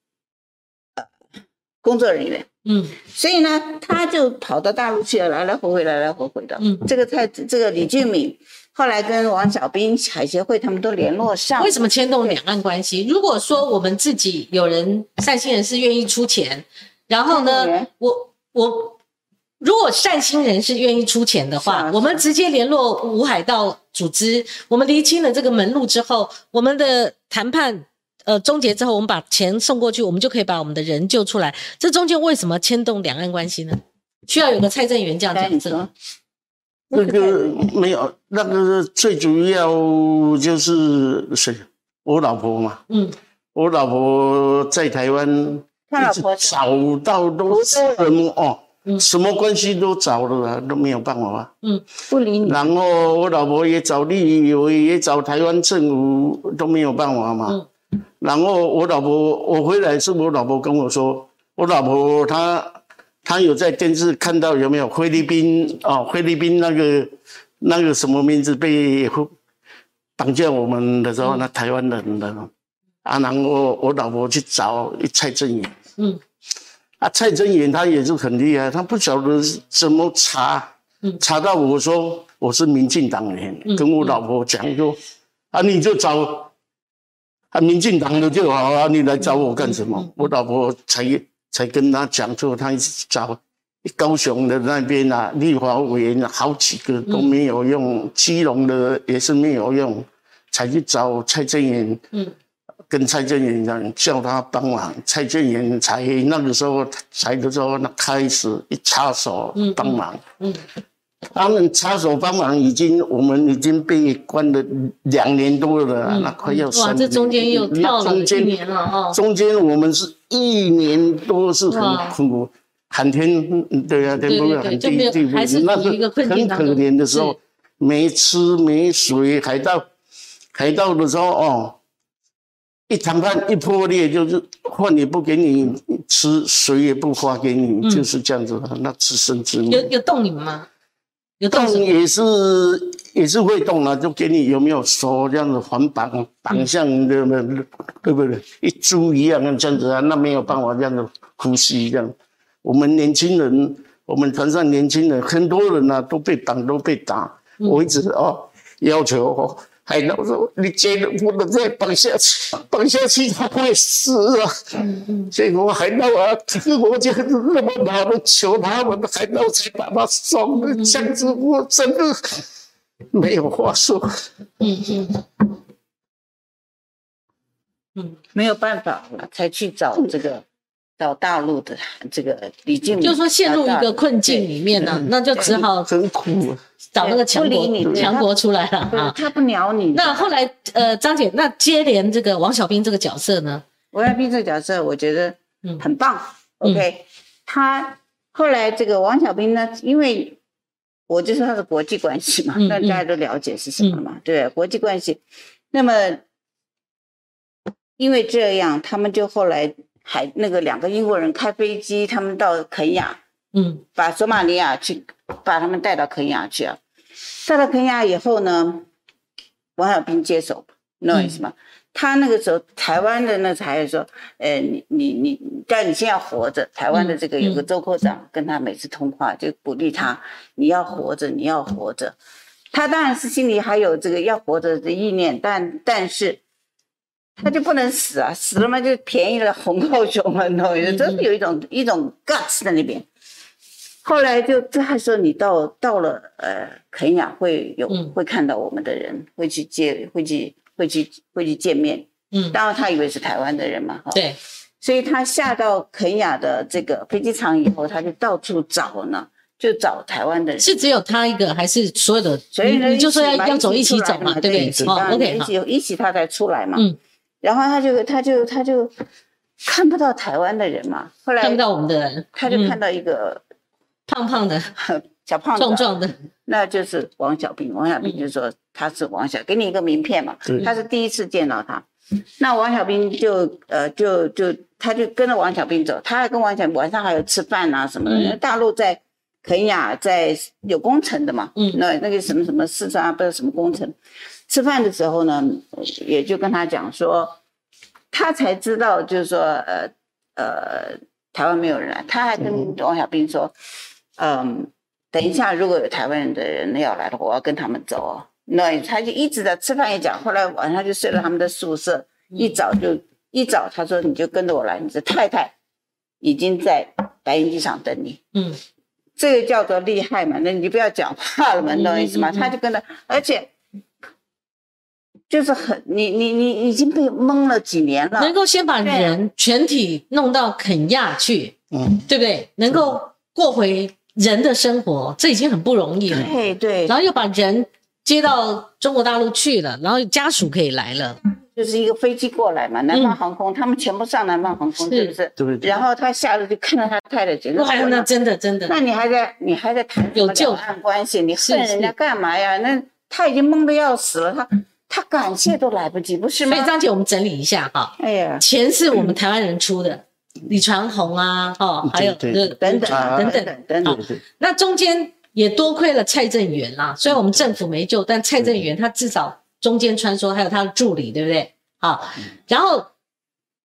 工作人员，嗯，所以呢，他就跑到大陆去了，来来回回，来来回回的。嗯，这个蔡，这个李俊敏后来跟王小兵、海协会他们都联络上。 为什么牵动两岸关系？如果说我们自己有人善心人士愿意出钱，然后呢，我我如果善心人士愿意出钱的话，啊、我们直接联络五海盗组织，我们厘清了这个门路之后，我们的谈判。呃，终结之后，我们把钱送过去，我们就可以把我们的人救出来。这中间为什么牵动两岸关系呢？需要有个蔡正元这样角色。 那个没有，那个最主要就是谁？我老婆嘛。嗯。我老婆在台湾， 他老婆找到都什么哦，嗯、什么关系都找了、啊，都没有办法啊。 嗯，不理你。 然后我老婆也找立委，也找台湾政府，都没有办法嘛。嗯。然后我老婆，我回来是我老婆跟我说，我老婆她她有在电视看到有没有菲律宾哦，菲律宾那个那个什么名字被绑架我们的时候，那台湾人的啊，然后我老婆去找蔡正元， 嗯， 啊，蔡正元他也是很厉害，他不晓得怎么查，嗯，查到我说我是民进党人，嗯、跟我老婆讲说，啊，你就找啊民进党的就好啊，你来找我干什么？嗯、我老婆才才跟他讲说，他找高雄的那边啊，立法委员好几个都没有用，嗯、基隆的也是没有用，才去找蔡正元，嗯。跟蔡正元讲，叫他帮忙，蔡正元才那个时候才的时候，那开始一插手帮忙。嗯，嗯他们插手帮忙，已经我们已经被关了两年多了，嗯、那快要三年。 哇，这中间又跳了一年了哦。 中间我们是一年多是很苦，喊天对啊，天不会喊地地不灵，那是很可怜的时候，没吃没水，海盗海盗的时候哦。一谈判一破裂，就是饭也不给你吃，水也不发给你，嗯、就是这样子的。那自生自灭。 有有动你们吗？有动也是也是会动啊，就给你有没有手这样子环绑绑像的，嗯、对不对？一猪一样这样子啊，那没有办法这样子呼吸这样。我们年轻人，我们团上年轻人很多人啊都被绑都被打，嗯、我一直哦要求哦。海盗说：“你绝对不能再绑下去，绑下去他会死啊！”嗯嗯，结果海盗啊，我就那么老的求他们，海盗才把他送了。这样子我真的没有话说。嗯嗯嗯，没有办法，才去找这个找大陆的这个李靖， 就是说陷入一个困境里面呢、啊，那就只好真苦。 找那个强国，强国出来了啊！ 他不鸟你。 那后来，呃，张姐，那接连这个王小兵这个角色呢？ 王小兵这个角色，我觉得很棒。嗯、OK， 他后来这个王小兵呢，因为我就说他的国际关系嘛，嗯、那大家都了解是什么嘛，嗯、对，国际关系。那么因为这样，他们就后来还那个两个英国人开飞机，他们到肯亚，嗯，把索马利亚去把他们带到肯亚去啊。带到肯亚以后呢，王小兵接手，你懂我意思吗？嗯、他那个时候台湾的那才说，呃，你你你，但你现在要活着。台湾的这个有个周科长跟他每次通话就鼓励他，你要活着，你要活着。他当然是心里还有这个要活着的意念，但但是他就不能死啊，死了嘛就便宜了红高雄嘛，你懂我意思？就是有一种一种 guts 在那边。后来就他说你到到了呃肯亚会有、嗯、会看到我们的人，会去接会去会去会去见面，嗯，当然他以为是台湾的人嘛， 对， 所以他下到肯亚的这个飞机场以后，他就到处找呢，就找台湾的人。 是只有他一个，还是所有的？所以你就说要要走一起走嘛，对不对？ 哦 ，OK， 一起一起他才出来嘛，嗯，然后他就他就他就看不到台湾的人嘛，后来看不到我们的人， 他就看到一个。 胖胖的小胖子壮壮的， 那就是王小兵。王小兵就说他是王小，给你一个名片嘛。他是第一次见到他，那王小兵就呃就就他就跟着王小兵走，他还跟王小兵晚上还有吃饭啊什么的。嗯、大陆在肯亚在有工程的嘛，嗯，那那个什么什么四川啊，不知道什么工程。吃饭的时候呢，也就跟他讲说，他才知道就是说呃呃台湾没有人来，他还跟王小兵说。嗯，等一下，如果有台湾人的人要来的话，我要跟他们走哦。那他就一直在吃饭也讲，后来晚上就睡到他们的宿舍，一早就一早他说你就跟着我来，你的太太已经在白云机场等你。嗯，这个叫做厉害嘛，那你就不要讲话了嘛，懂我意思吗？他就跟着，而且就是很你你你已经被蒙了几年了， 能够先把人全体弄到肯亚去，嗯，对不对？能够过回人的生活，这已经很不容易了。 对对， 然后又把人接到中国大陆去了，然后家属可以来了， 就是一个飞机过来嘛，南方航空，嗯、他们全部上南方航空，是, 是不是？ 对对。 然后他下来就看到他太太，简直哇，那真的真的。 那你还在你还在谈什么两岸关系？你恨人家干嘛呀？那他已经懵得要死了，他他感谢都来不及，不是吗？ 所以张姐，我们整理一下哈。哎呀，钱是我们台湾人出的。嗯李传宏啊，哦，还有等等等等等等， 那中间也多亏了蔡正元啦。虽然我们政府没救，但蔡正元他至少中间穿梭，还有他的助理，对不对？好，然后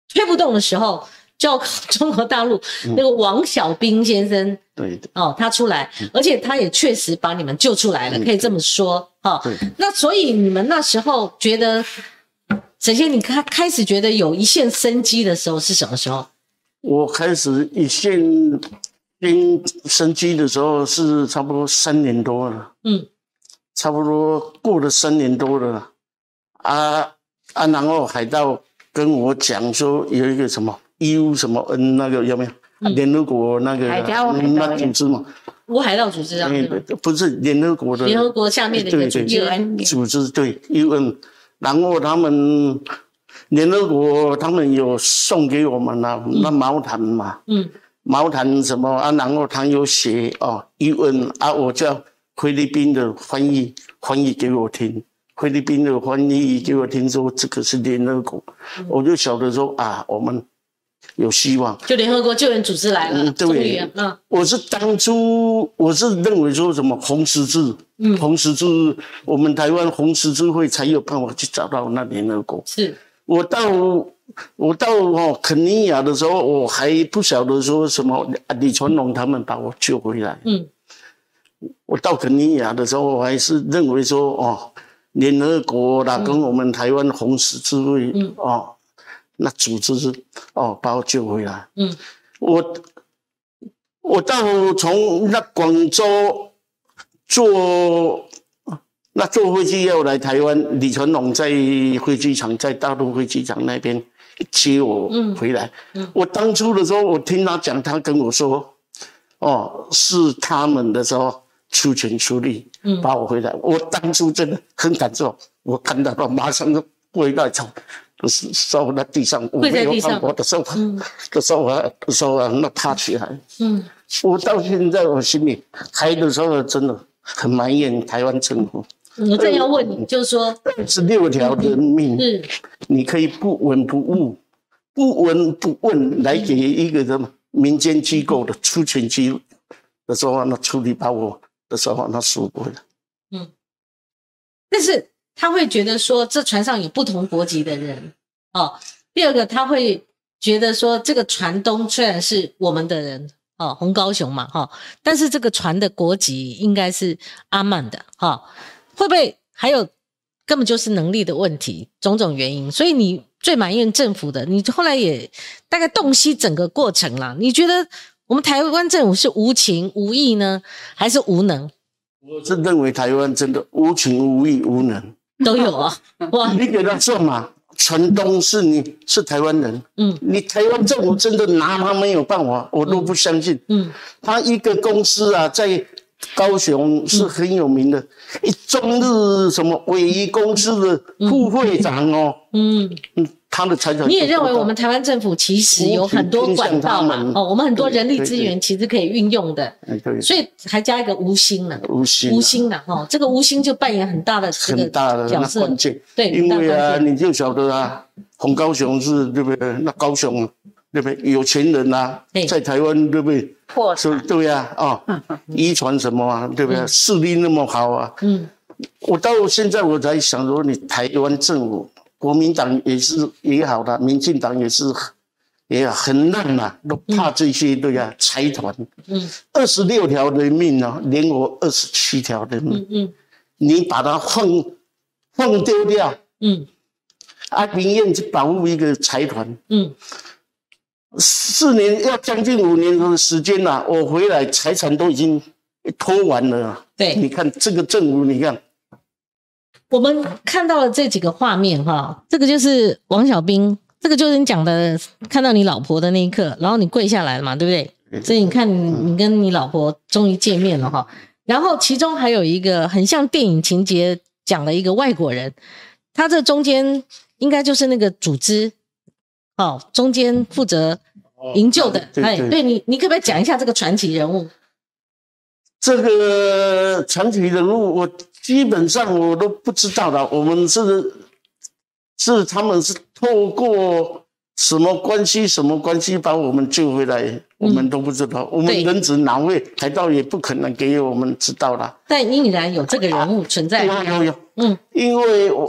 推不动的时候，就要靠中国大陆那个王小兵先生， 对的， 哦，他出来，而且他也确实把你们救出来了，可以这么说，哦，那所以你们那时候觉得，沈先你开开始觉得有一线生机的时候是什么时候？ 我开始一线跟生机的时候是差不多三年多了，嗯，差不多过了三年多了，啊啊，然后海盗跟我讲说有一个什么 U 什么 N 那个有没有？联、嗯、合国那个那组织嘛， 无海盗组织啊， 欸、不是联合国的， 联合国下面的一个组织， U N 组织对 U N， 然后他们联合国他们有送给我们啊、嗯、那毛毯嘛，嗯，毛毯什么啊，然后他有写哦 U N 啊，我叫菲律宾的翻译翻译给我听，菲律宾的翻译给我听说这个是联合国，嗯、我就晓得说啊，我们有希望， 就联合国救援组织来了，嗯，对， 嗯，我是当初我是认为说什么红十字，嗯，红十字，我们台湾红十字会才有办法去找到那联合国。 是， 我到我到哦肯尼亚的时候，我还不晓得说什么李传龙他们把我救回来，嗯，我到肯尼亚的时候，我还是认为说哦，联合国啦，跟我们台湾红十字会，嗯，哦。那组织是哦，把我救回来。嗯，我我到从那广州坐那坐飞机要来台湾，李传龙在飞机场，在大陆飞机场那边接我回来。嗯嗯、我当初的时候，我听他讲，他跟我说，哦，是他们的时候出钱出力把我回来。嗯、我当初真的很感动，我看到了，马上就跪在场。就是烧在地上，我没有看过的时候，嗯、的时候啊，的时候啊，那爬起来。嗯，我到现在我心里还的时候真的很埋怨台湾政府。 我正要问你，就是说， 二十六条人命，嗯、你可以不闻不问、不闻不问来给一个什么民间机构的出钱机的时候，那处理把我的时候，那赎回了。 嗯，但是。他会觉得说这船上有不同国籍的人哦。第二个，他会觉得说这个船东虽然是我们的人哦，红高雄嘛哈、哦，但是这个船的国籍应该是阿曼的哈、哦，会不会还有根本就是能力的问题，种种原因，所以你最埋怨政府的，你后来也大概洞悉整个过程啦。你觉得我们台湾政府是无情无义呢，还是无能？ 我是认为台湾真的无情无义无能。 都有啊，哇！ 你给他说嘛，船东是你是台湾人，嗯，你台湾政府真的拿他没有办法，我都不相信。嗯，他一个公司啊，在高雄是很有名的，一、嗯、中日什么伟仪公司的副会长哦，嗯嗯，他的财产。 你也认为我们台湾政府其实有很多管道嘛？哦，我们很多人力资源其实可以运用的，对，所以还加一个无心呢， 无心， 无心的哈，这个无心就扮演很大的这个很大的角色， 关键。 对， 因为啊，你就晓得啊，红高雄是对不对？那高雄对不对？有钱人啊，在台湾对不对？ 破产对呀，啊，遗传什么啊，对不对？视力那么好啊，嗯，我到现在我才想说，你台湾政府。国民党也是也好的，民进党也是也很烂呐、啊，都怕这些对呀、啊、财团。嗯，二十六条人命啊，连我二十七条人命，嗯嗯，你把它放放丢掉，嗯，啊，宁愿去保护一个财团，嗯，四年要将近五年的时间了、啊，我回来财产都已经拖完了。 对， 你看这个政府，你看。 我们看到了这几个画面哈，这个就是王小兵，这个就是你讲的看到你老婆的那一刻，然后你跪下来了嘛，对不对？所以你看你你跟你老婆终于见面了哈。然后其中还有一个很像电影情节讲的一个外国人，他这中间应该就是那个组织哦，中间负责营救的，哎、哦，对你你可不可以讲一下这个传奇人物？ 这个传奇人物我。基本上我都不知道的，我们是是他们是透过什么关系什么关系把我们救回来，嗯、我们都不知道。我们人子哪位海盗也不可能给我们知道啦。 但依然有这个人物存在。 有有有，嗯，因为我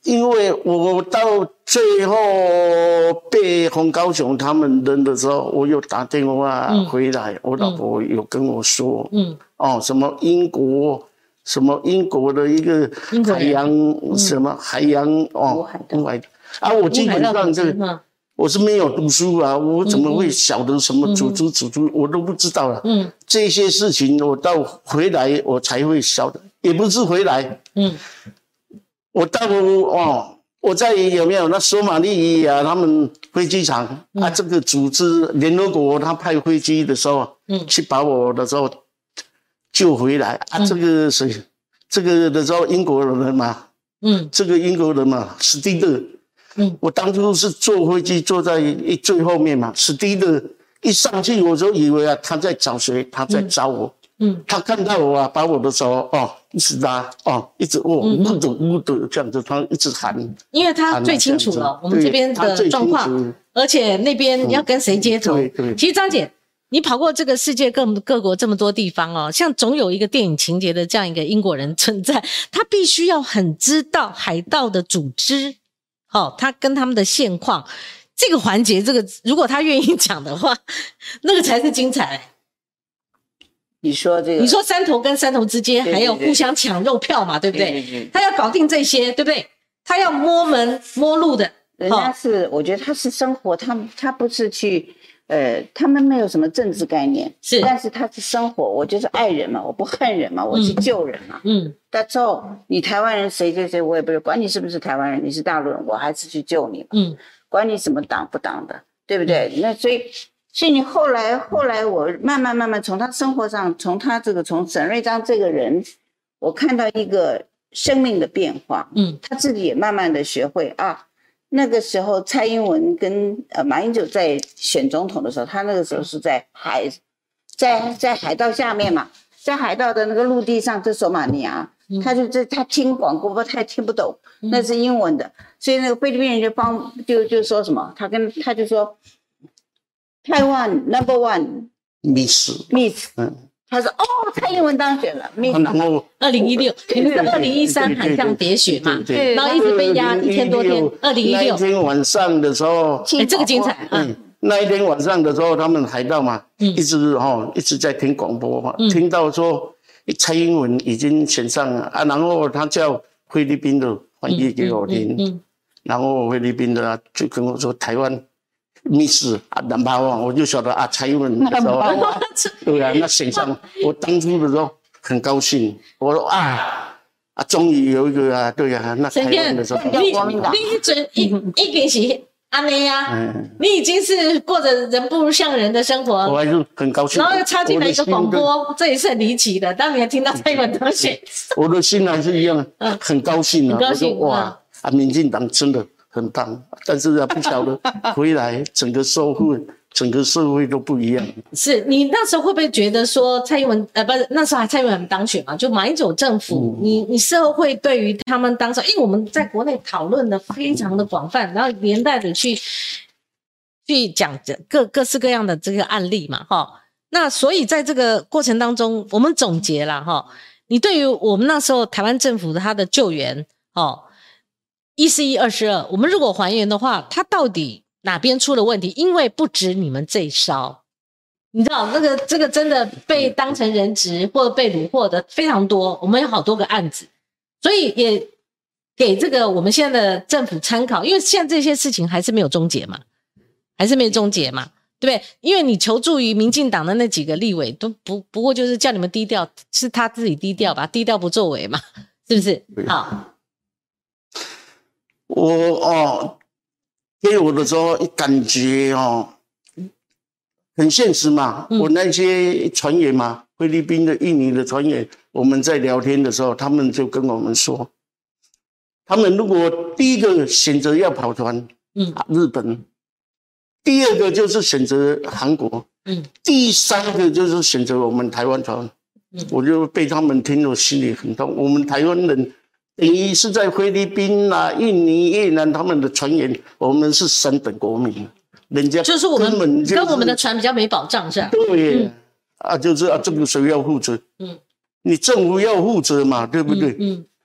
因为我到最后被洪高雄他们扔的时候，我有打电话回来，嗯、我老婆有跟我说，嗯，哦，什么英国，什么英国的一个海洋，嗯、什么海洋哦，乌海啊，我基本上这个我是没有读书啊，我怎么会晓得什么组织组织，我都不知道了。嗯，这些事情我到回来我才会晓得，也不是回来，嗯。我到哦，我在有没有那索马利亚他们飞机场、嗯、啊？这个组织联合国他派飞机的时候，嗯，去把我的时候救回来啊。嗯、这个谁？这个的时候英国人嘛，嗯，这个英国人嘛，史蒂德，嗯，我当初是坐飞机坐在最后面嘛，史蒂德一上去我就以为啊他在找谁？他在找我。嗯嗯，他看到我啊，把我的手哦一直拉哦，一直握，呜的呜的这样子，他一直喊， 因为他最清楚了我们这边的状况，而且那边要跟谁接头。嗯、对对。其实张姐，你跑过这个世界各各国这么多地方哦，像总有一个电影情节的这样一个英国人存在，他必须要很知道海盗的组织，哦，他跟他们的现况这个环节，这个如果他愿意讲的话，那个才是精彩。 你说这个， 你说山头跟山头之间还要互相抢肉票嘛，对不对？对对对，他要搞定这些，对不对？他要摸门摸路的， 人家是，我觉得他是生活，他他不是去，呃，他们没有什么政治概念， 是， 但是他是生活，我就是爱人嘛，我不恨人嘛，我去救人嘛，嗯，但之后你台湾人谁谁谁，我也不是管你是不是台湾人，你是大陆人，我还是去救你嘛，嗯，管你什么党不党的，对不对？那所以。所以你后来后来我慢慢慢慢从他生活上，从他这个从沈瑞章这个人，我看到一个生命的变化，嗯，他自己也慢慢的学会啊。那个时候蔡英文跟呃马英九在选总统的时候，他那个时候是在海在在海盗下面嘛，在海盗的那个陆地上，这索马利亚，他就这他听广播不太听不懂，那是英文的，所以那个菲律宾人就帮就就说什么，他跟他就说。台湾 number one miss miss， 嗯，他说哦，蔡英文当选了 ，miss， 然后二零一六，你们是二零一三海上喋血嘛，对，然后一直被压一千多天，二零一六那一天晚上的时候， 哎，这个精彩， 嗯，那一天晚上的时候，他们海盗嘛，嗯，一直哦一直在听广播嘛，嗯，听到说蔡英文已经选上了啊，然后他叫菲律宾的翻译给我听，嗯，嗯嗯然后菲律宾的就跟我说台湾。miss 啊 number one， 我就晓得啊，蔡英文的时候，对啊，那选上，我当初的时候很高兴，我说啊啊，终于有一个啊，对啊，那台湾的时候， 你你一准一一定是安内呀，你已经是过着人不如像人的生活， 我还是很高兴， 然后又插进来一个广播，这也是很离奇的。当你还听到蔡英文当选， 我的心还是一样，很高兴啊， 很高兴哇啊，民进党真的。很棒，但是啊，不晓得回来整个社会，整个社会都不一样。 是你那时候会不会觉得说蔡英文呃，不是那时候还蔡英文当选嘛？就马英九政府，嗯、你你社会对于他们当时，因为我们在国内讨论的非常的广泛，然后连带的去去讲各各式各样的这个案例嘛，哈。那所以在这个过程当中，我们总结了哈，你对于我们那时候台湾政府的他的救援，哦。一四一二十二，我们如果还原的话，它到底哪边出了问题？因为不止你们这一烧，你知道那个这个真的被当成人质或者被虏获的非常多，我们有好多个案子，所以也给这个我们现在的政府参考，因为现在这些事情还是没有终结嘛，还是没有终结嘛，对不对？因为你求助于民进党的那几个立委都不不过就是叫你们低调，是他自己低调吧，低调不作为嘛，是不是？好。 我哦，给我的时候感觉哦，很现实嘛。嗯、我那些船员嘛，菲律宾的、印尼的船员，我们在聊天的时候，他们就跟我们说，他们如果第一个选择要跑船，嗯，日本；第二个就是选择韩国，嗯；第三个就是选择我们台湾船。嗯，我就被他们听了心里很痛。我们台湾人。等于是在菲律宾啊、印尼、越南他们的船员，我们是三等国民，人家就是我们根本、就是、跟我们的船比较没保障，是吧？ 对，嗯、啊，就是啊，这个谁要负责？嗯，你政府要负责嘛，对不对？嗯，嗯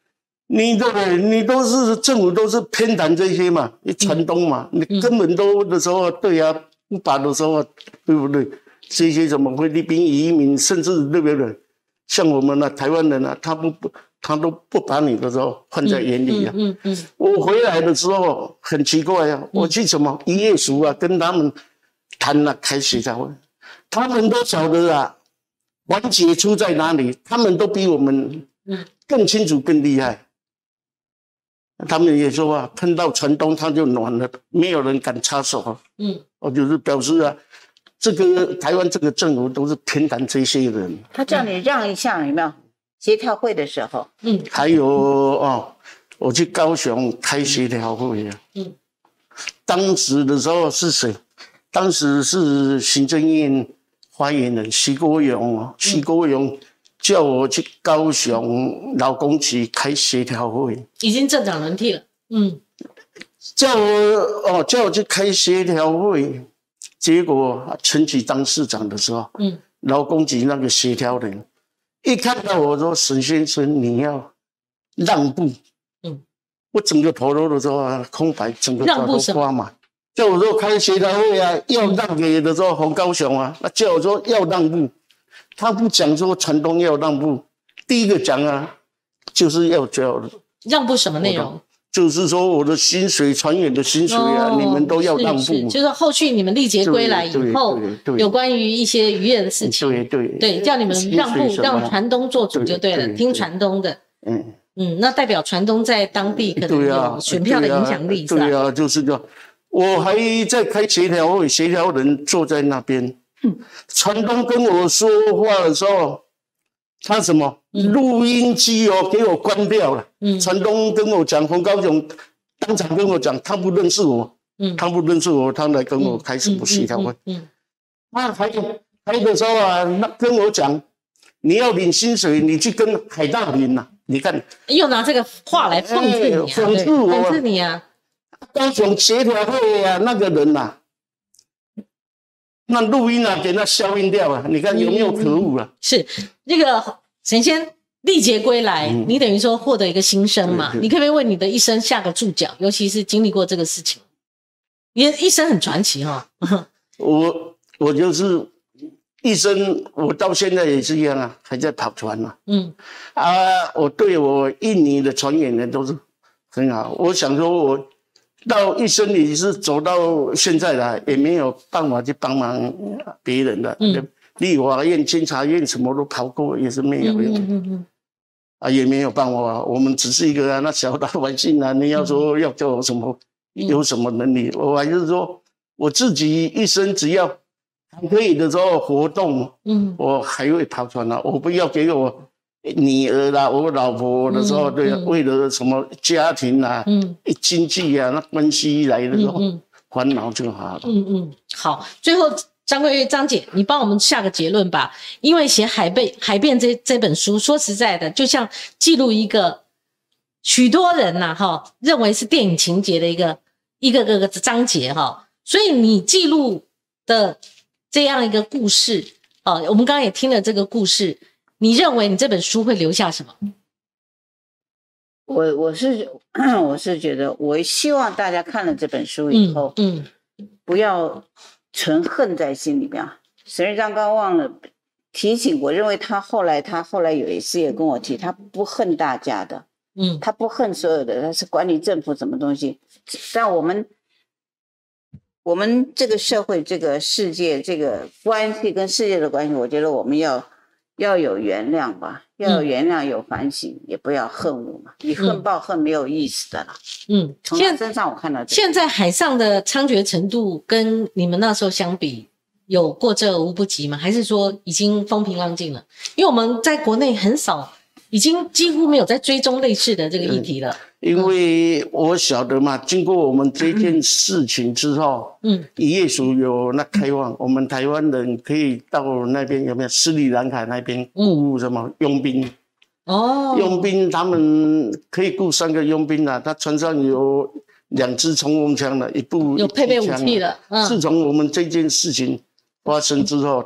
你对不对？你都是政府都是偏袒这些嘛，船东嘛，你根本都的时候，对啊，不把的时候，对不对？这些什么菲律宾移民，甚至对不对？像我们啊，台湾人啊，他不不，他都不把你的时候放在眼里啊。嗯嗯嗯嗯、我回来的时候很奇怪啊，我去什么一夜署啊，跟他们谈啊，开协调会，他们都晓得啊，环节出在哪里，他们都比我们更清楚、更厉害。他们也说啊，碰到船东他就暖了，没有人敢插手啊。嗯，我就是表示啊，这个台湾这个政府都是偏袒这些人。 他叫你让一下，有没有？协调会的时候， 嗯，还有哦，我去高雄开协调会啊。嗯，当时的时候是谁？当时是行政院发言人徐国勇哦，徐国勇。叫我去高雄劳工局开协调会， 已经政党轮替了。嗯， 叫我哦，叫我去开协调会，结果陈菊当市长的时候，嗯，劳工局那个协调人一看到我说：“沈先生，你要让步。”嗯，我整个头颅的时候啊，空白，整个头都挂满。叫我说开协调会啊，要让给的时候红高雄啊，那叫我说要让步。他不讲说船东要让步，第一个讲啊，就是要叫让步什么内容？ 就是说我的薪水，船员的薪水啊，哦、你们都要让步。 是是就是后续你们历劫归来以后，有关于一些渔业的事情， 对对对，叫你们让步，让船东做主就对了，听船东的。嗯嗯，那代表船东在当地可能有选票的影响力， 对啊，对啊，就是这样。我还在开协调会，协调人坐在那边。船东跟我说话的时候，他什么录音机哦给我关掉了。嗯，船东跟我讲，洪高雄当场跟我讲，他不认识我，嗯，他不认识我，他来跟我开什么协调会？嗯，那还有还有的时候啊，那跟我讲，你要领薪水，你去跟海大领呐、啊。你看， 又拿这个话来讽刺你、啊， 讽刺我， 讽刺你啊！ 高雄协调会啊，那个人呐、啊。那录音啊，给他消音掉啊！你看有没有可恶啊？ 嗯、是那个神仙历劫归来，嗯、你等于说获得一个新生嘛？你可不可以为你的一生下个注脚？尤其是经历过这个事情，你的一生很传奇哈、哦。 我我就是一生，我到现在也是一样啊，还在跑船啊。嗯啊，我对我印尼的船员呢都是很好。我想说我。到一生里是走到现在了，也没有办法去帮忙别人的。嗯，立法院、监察院什么都跑过，也是没有用。嗯嗯嗯。啊，也没有办法，我们只是一个、啊、那小老百姓啊。你要说要叫我什么，嗯、有什么能力？我还是说我自己一生只要还可以的时候活动，嗯，我还会跑船啊。我不要给我。女儿啦，我老婆的时候，嗯、对、啊，嗯、为了什么家庭啊，嗯，经济啊，那关系来的时候，烦恼就好了。 嗯嗯，好，最后张桂月张姐，你帮我们下个结论吧。因为写《海变海变》这这本书，说实在的，就像记录一个许多人呐、啊，哈，认为是电影情节的一个一个个个章节哈，所以你记录的这样一个故事，哦，我们刚刚也听了这个故事。你认为你这本书会留下什么？ 我我是我是觉得，我希望大家看了这本书以后，嗯，嗯不要存恨在心里面。沈日章刚忘了提醒，我认为他后来他后来有一次也跟我提，他不恨大家的，嗯，他不恨所有的，他是管理政府什么东西。但我们我们这个社会、这个世界、这个关系跟世界的关系，我觉得我们要。要有原谅吧，要有原谅，有反省，嗯、也不要恨我嘛。以恨报恨没有意思的啦。嗯，从他身上我看到、这个， 现在海上的猖獗程度跟你们那时候相比，有过之而无不及吗？还是说已经风平浪静了？因为我们在国内很少，已经几乎没有在追踪类似的这个议题了。嗯因为我晓得嘛，经过我们这件事情之后，嗯，渔业署有那开放，我们台湾人可以到那边有没有斯里兰卡那边雇什么佣兵？哦，佣兵他们可以雇三个佣兵啊，他船上有两支冲锋枪的，一部有配备武器的。嗯， 自从我们这件事情发生之后，台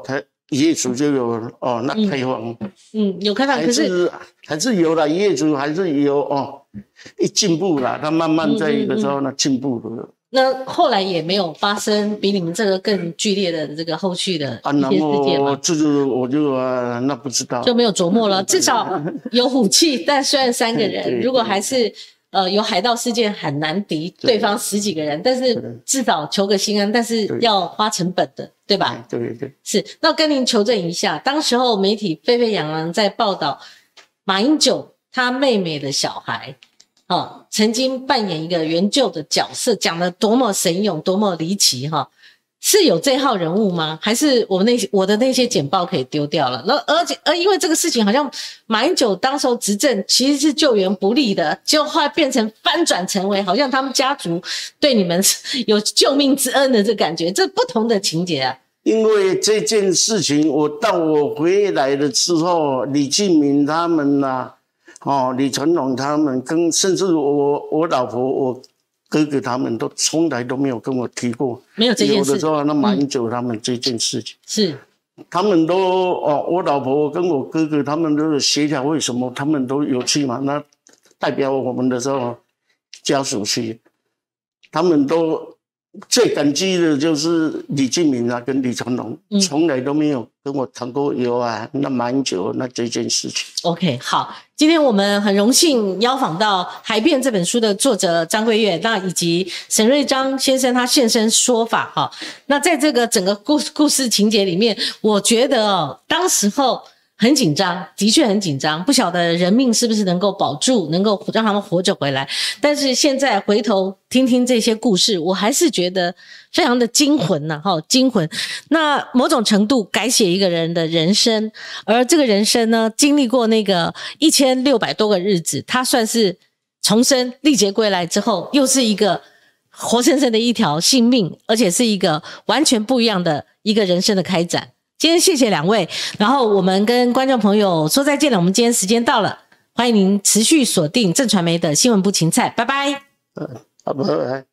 一月组就有哦，那开放， 嗯，嗯有开放， 还可是还是有啦，一月组还是有哦，一进步啦，他慢慢在一个时候呢进步了。 那后来也没有发生比你们这个更剧烈的这个后续的一些事件吗？ 啊，这个我就啊，那不知道， 就没有琢磨了。至少有武器，但虽然三个人，如果还是呃有海盗事件很难敌对方十几个人，但是至少求个心安，但是要花成本的，对吧？ 对对对， 是。那跟您求证一下，当时候媒体沸沸扬扬在报道马英九他妹妹的小孩。哦，曾经扮演一个援救的角色，讲得多么神勇，多么离奇哈、哦！是有这号人物吗？还是我那些我的那些简报可以丢掉了？那而且而因为这个事情，好像马英九当时候执政其实是救援不力的，结果后来变成翻转成为好像他们家族对你们有救命之恩的这感觉，这不同的情节啊。 因为这件事情，我到我回来了之后，李进明他们啊。哦，李成龙他们跟甚至我我老婆我哥哥他们都从来都没有跟我提过， 没有这件事。 有的时候那马英九他们这件事情、嗯、 是， 他们都哦，我老婆跟我哥哥他们都是协调，为什么他们都有去嘛？那代表我们的时候家属去，他们都最感激的就是李进明啊跟李成龙，从、嗯、来都没有跟我谈过有啊那马英九那这件事情。 OK， 好，今天我们很荣幸邀访到《海变》这本书的作者张贵月，那以及沈瑞章先生他现身说法哈。那在这个整个故故事情节里面，我觉得哦，当时候很紧张，的确很紧张，不晓得人命是不是能够保住，能够让他们活着回来。但是现在回头听听这些故事，我还是觉得非常的惊魂呐、啊，惊魂。那某种程度改写一个人的人生，而这个人生呢，经历过那个一千六百多个日子，他算是重生历劫归来之后，又是一个活生生的一条性命，而且是一个完全不一样的一个人生的开展。今天谢谢两位，然后我们跟观众朋友说再见了，我们今天时间到了，欢迎您持续锁定正传媒的新闻部芹菜，拜拜。 嗯，拜拜。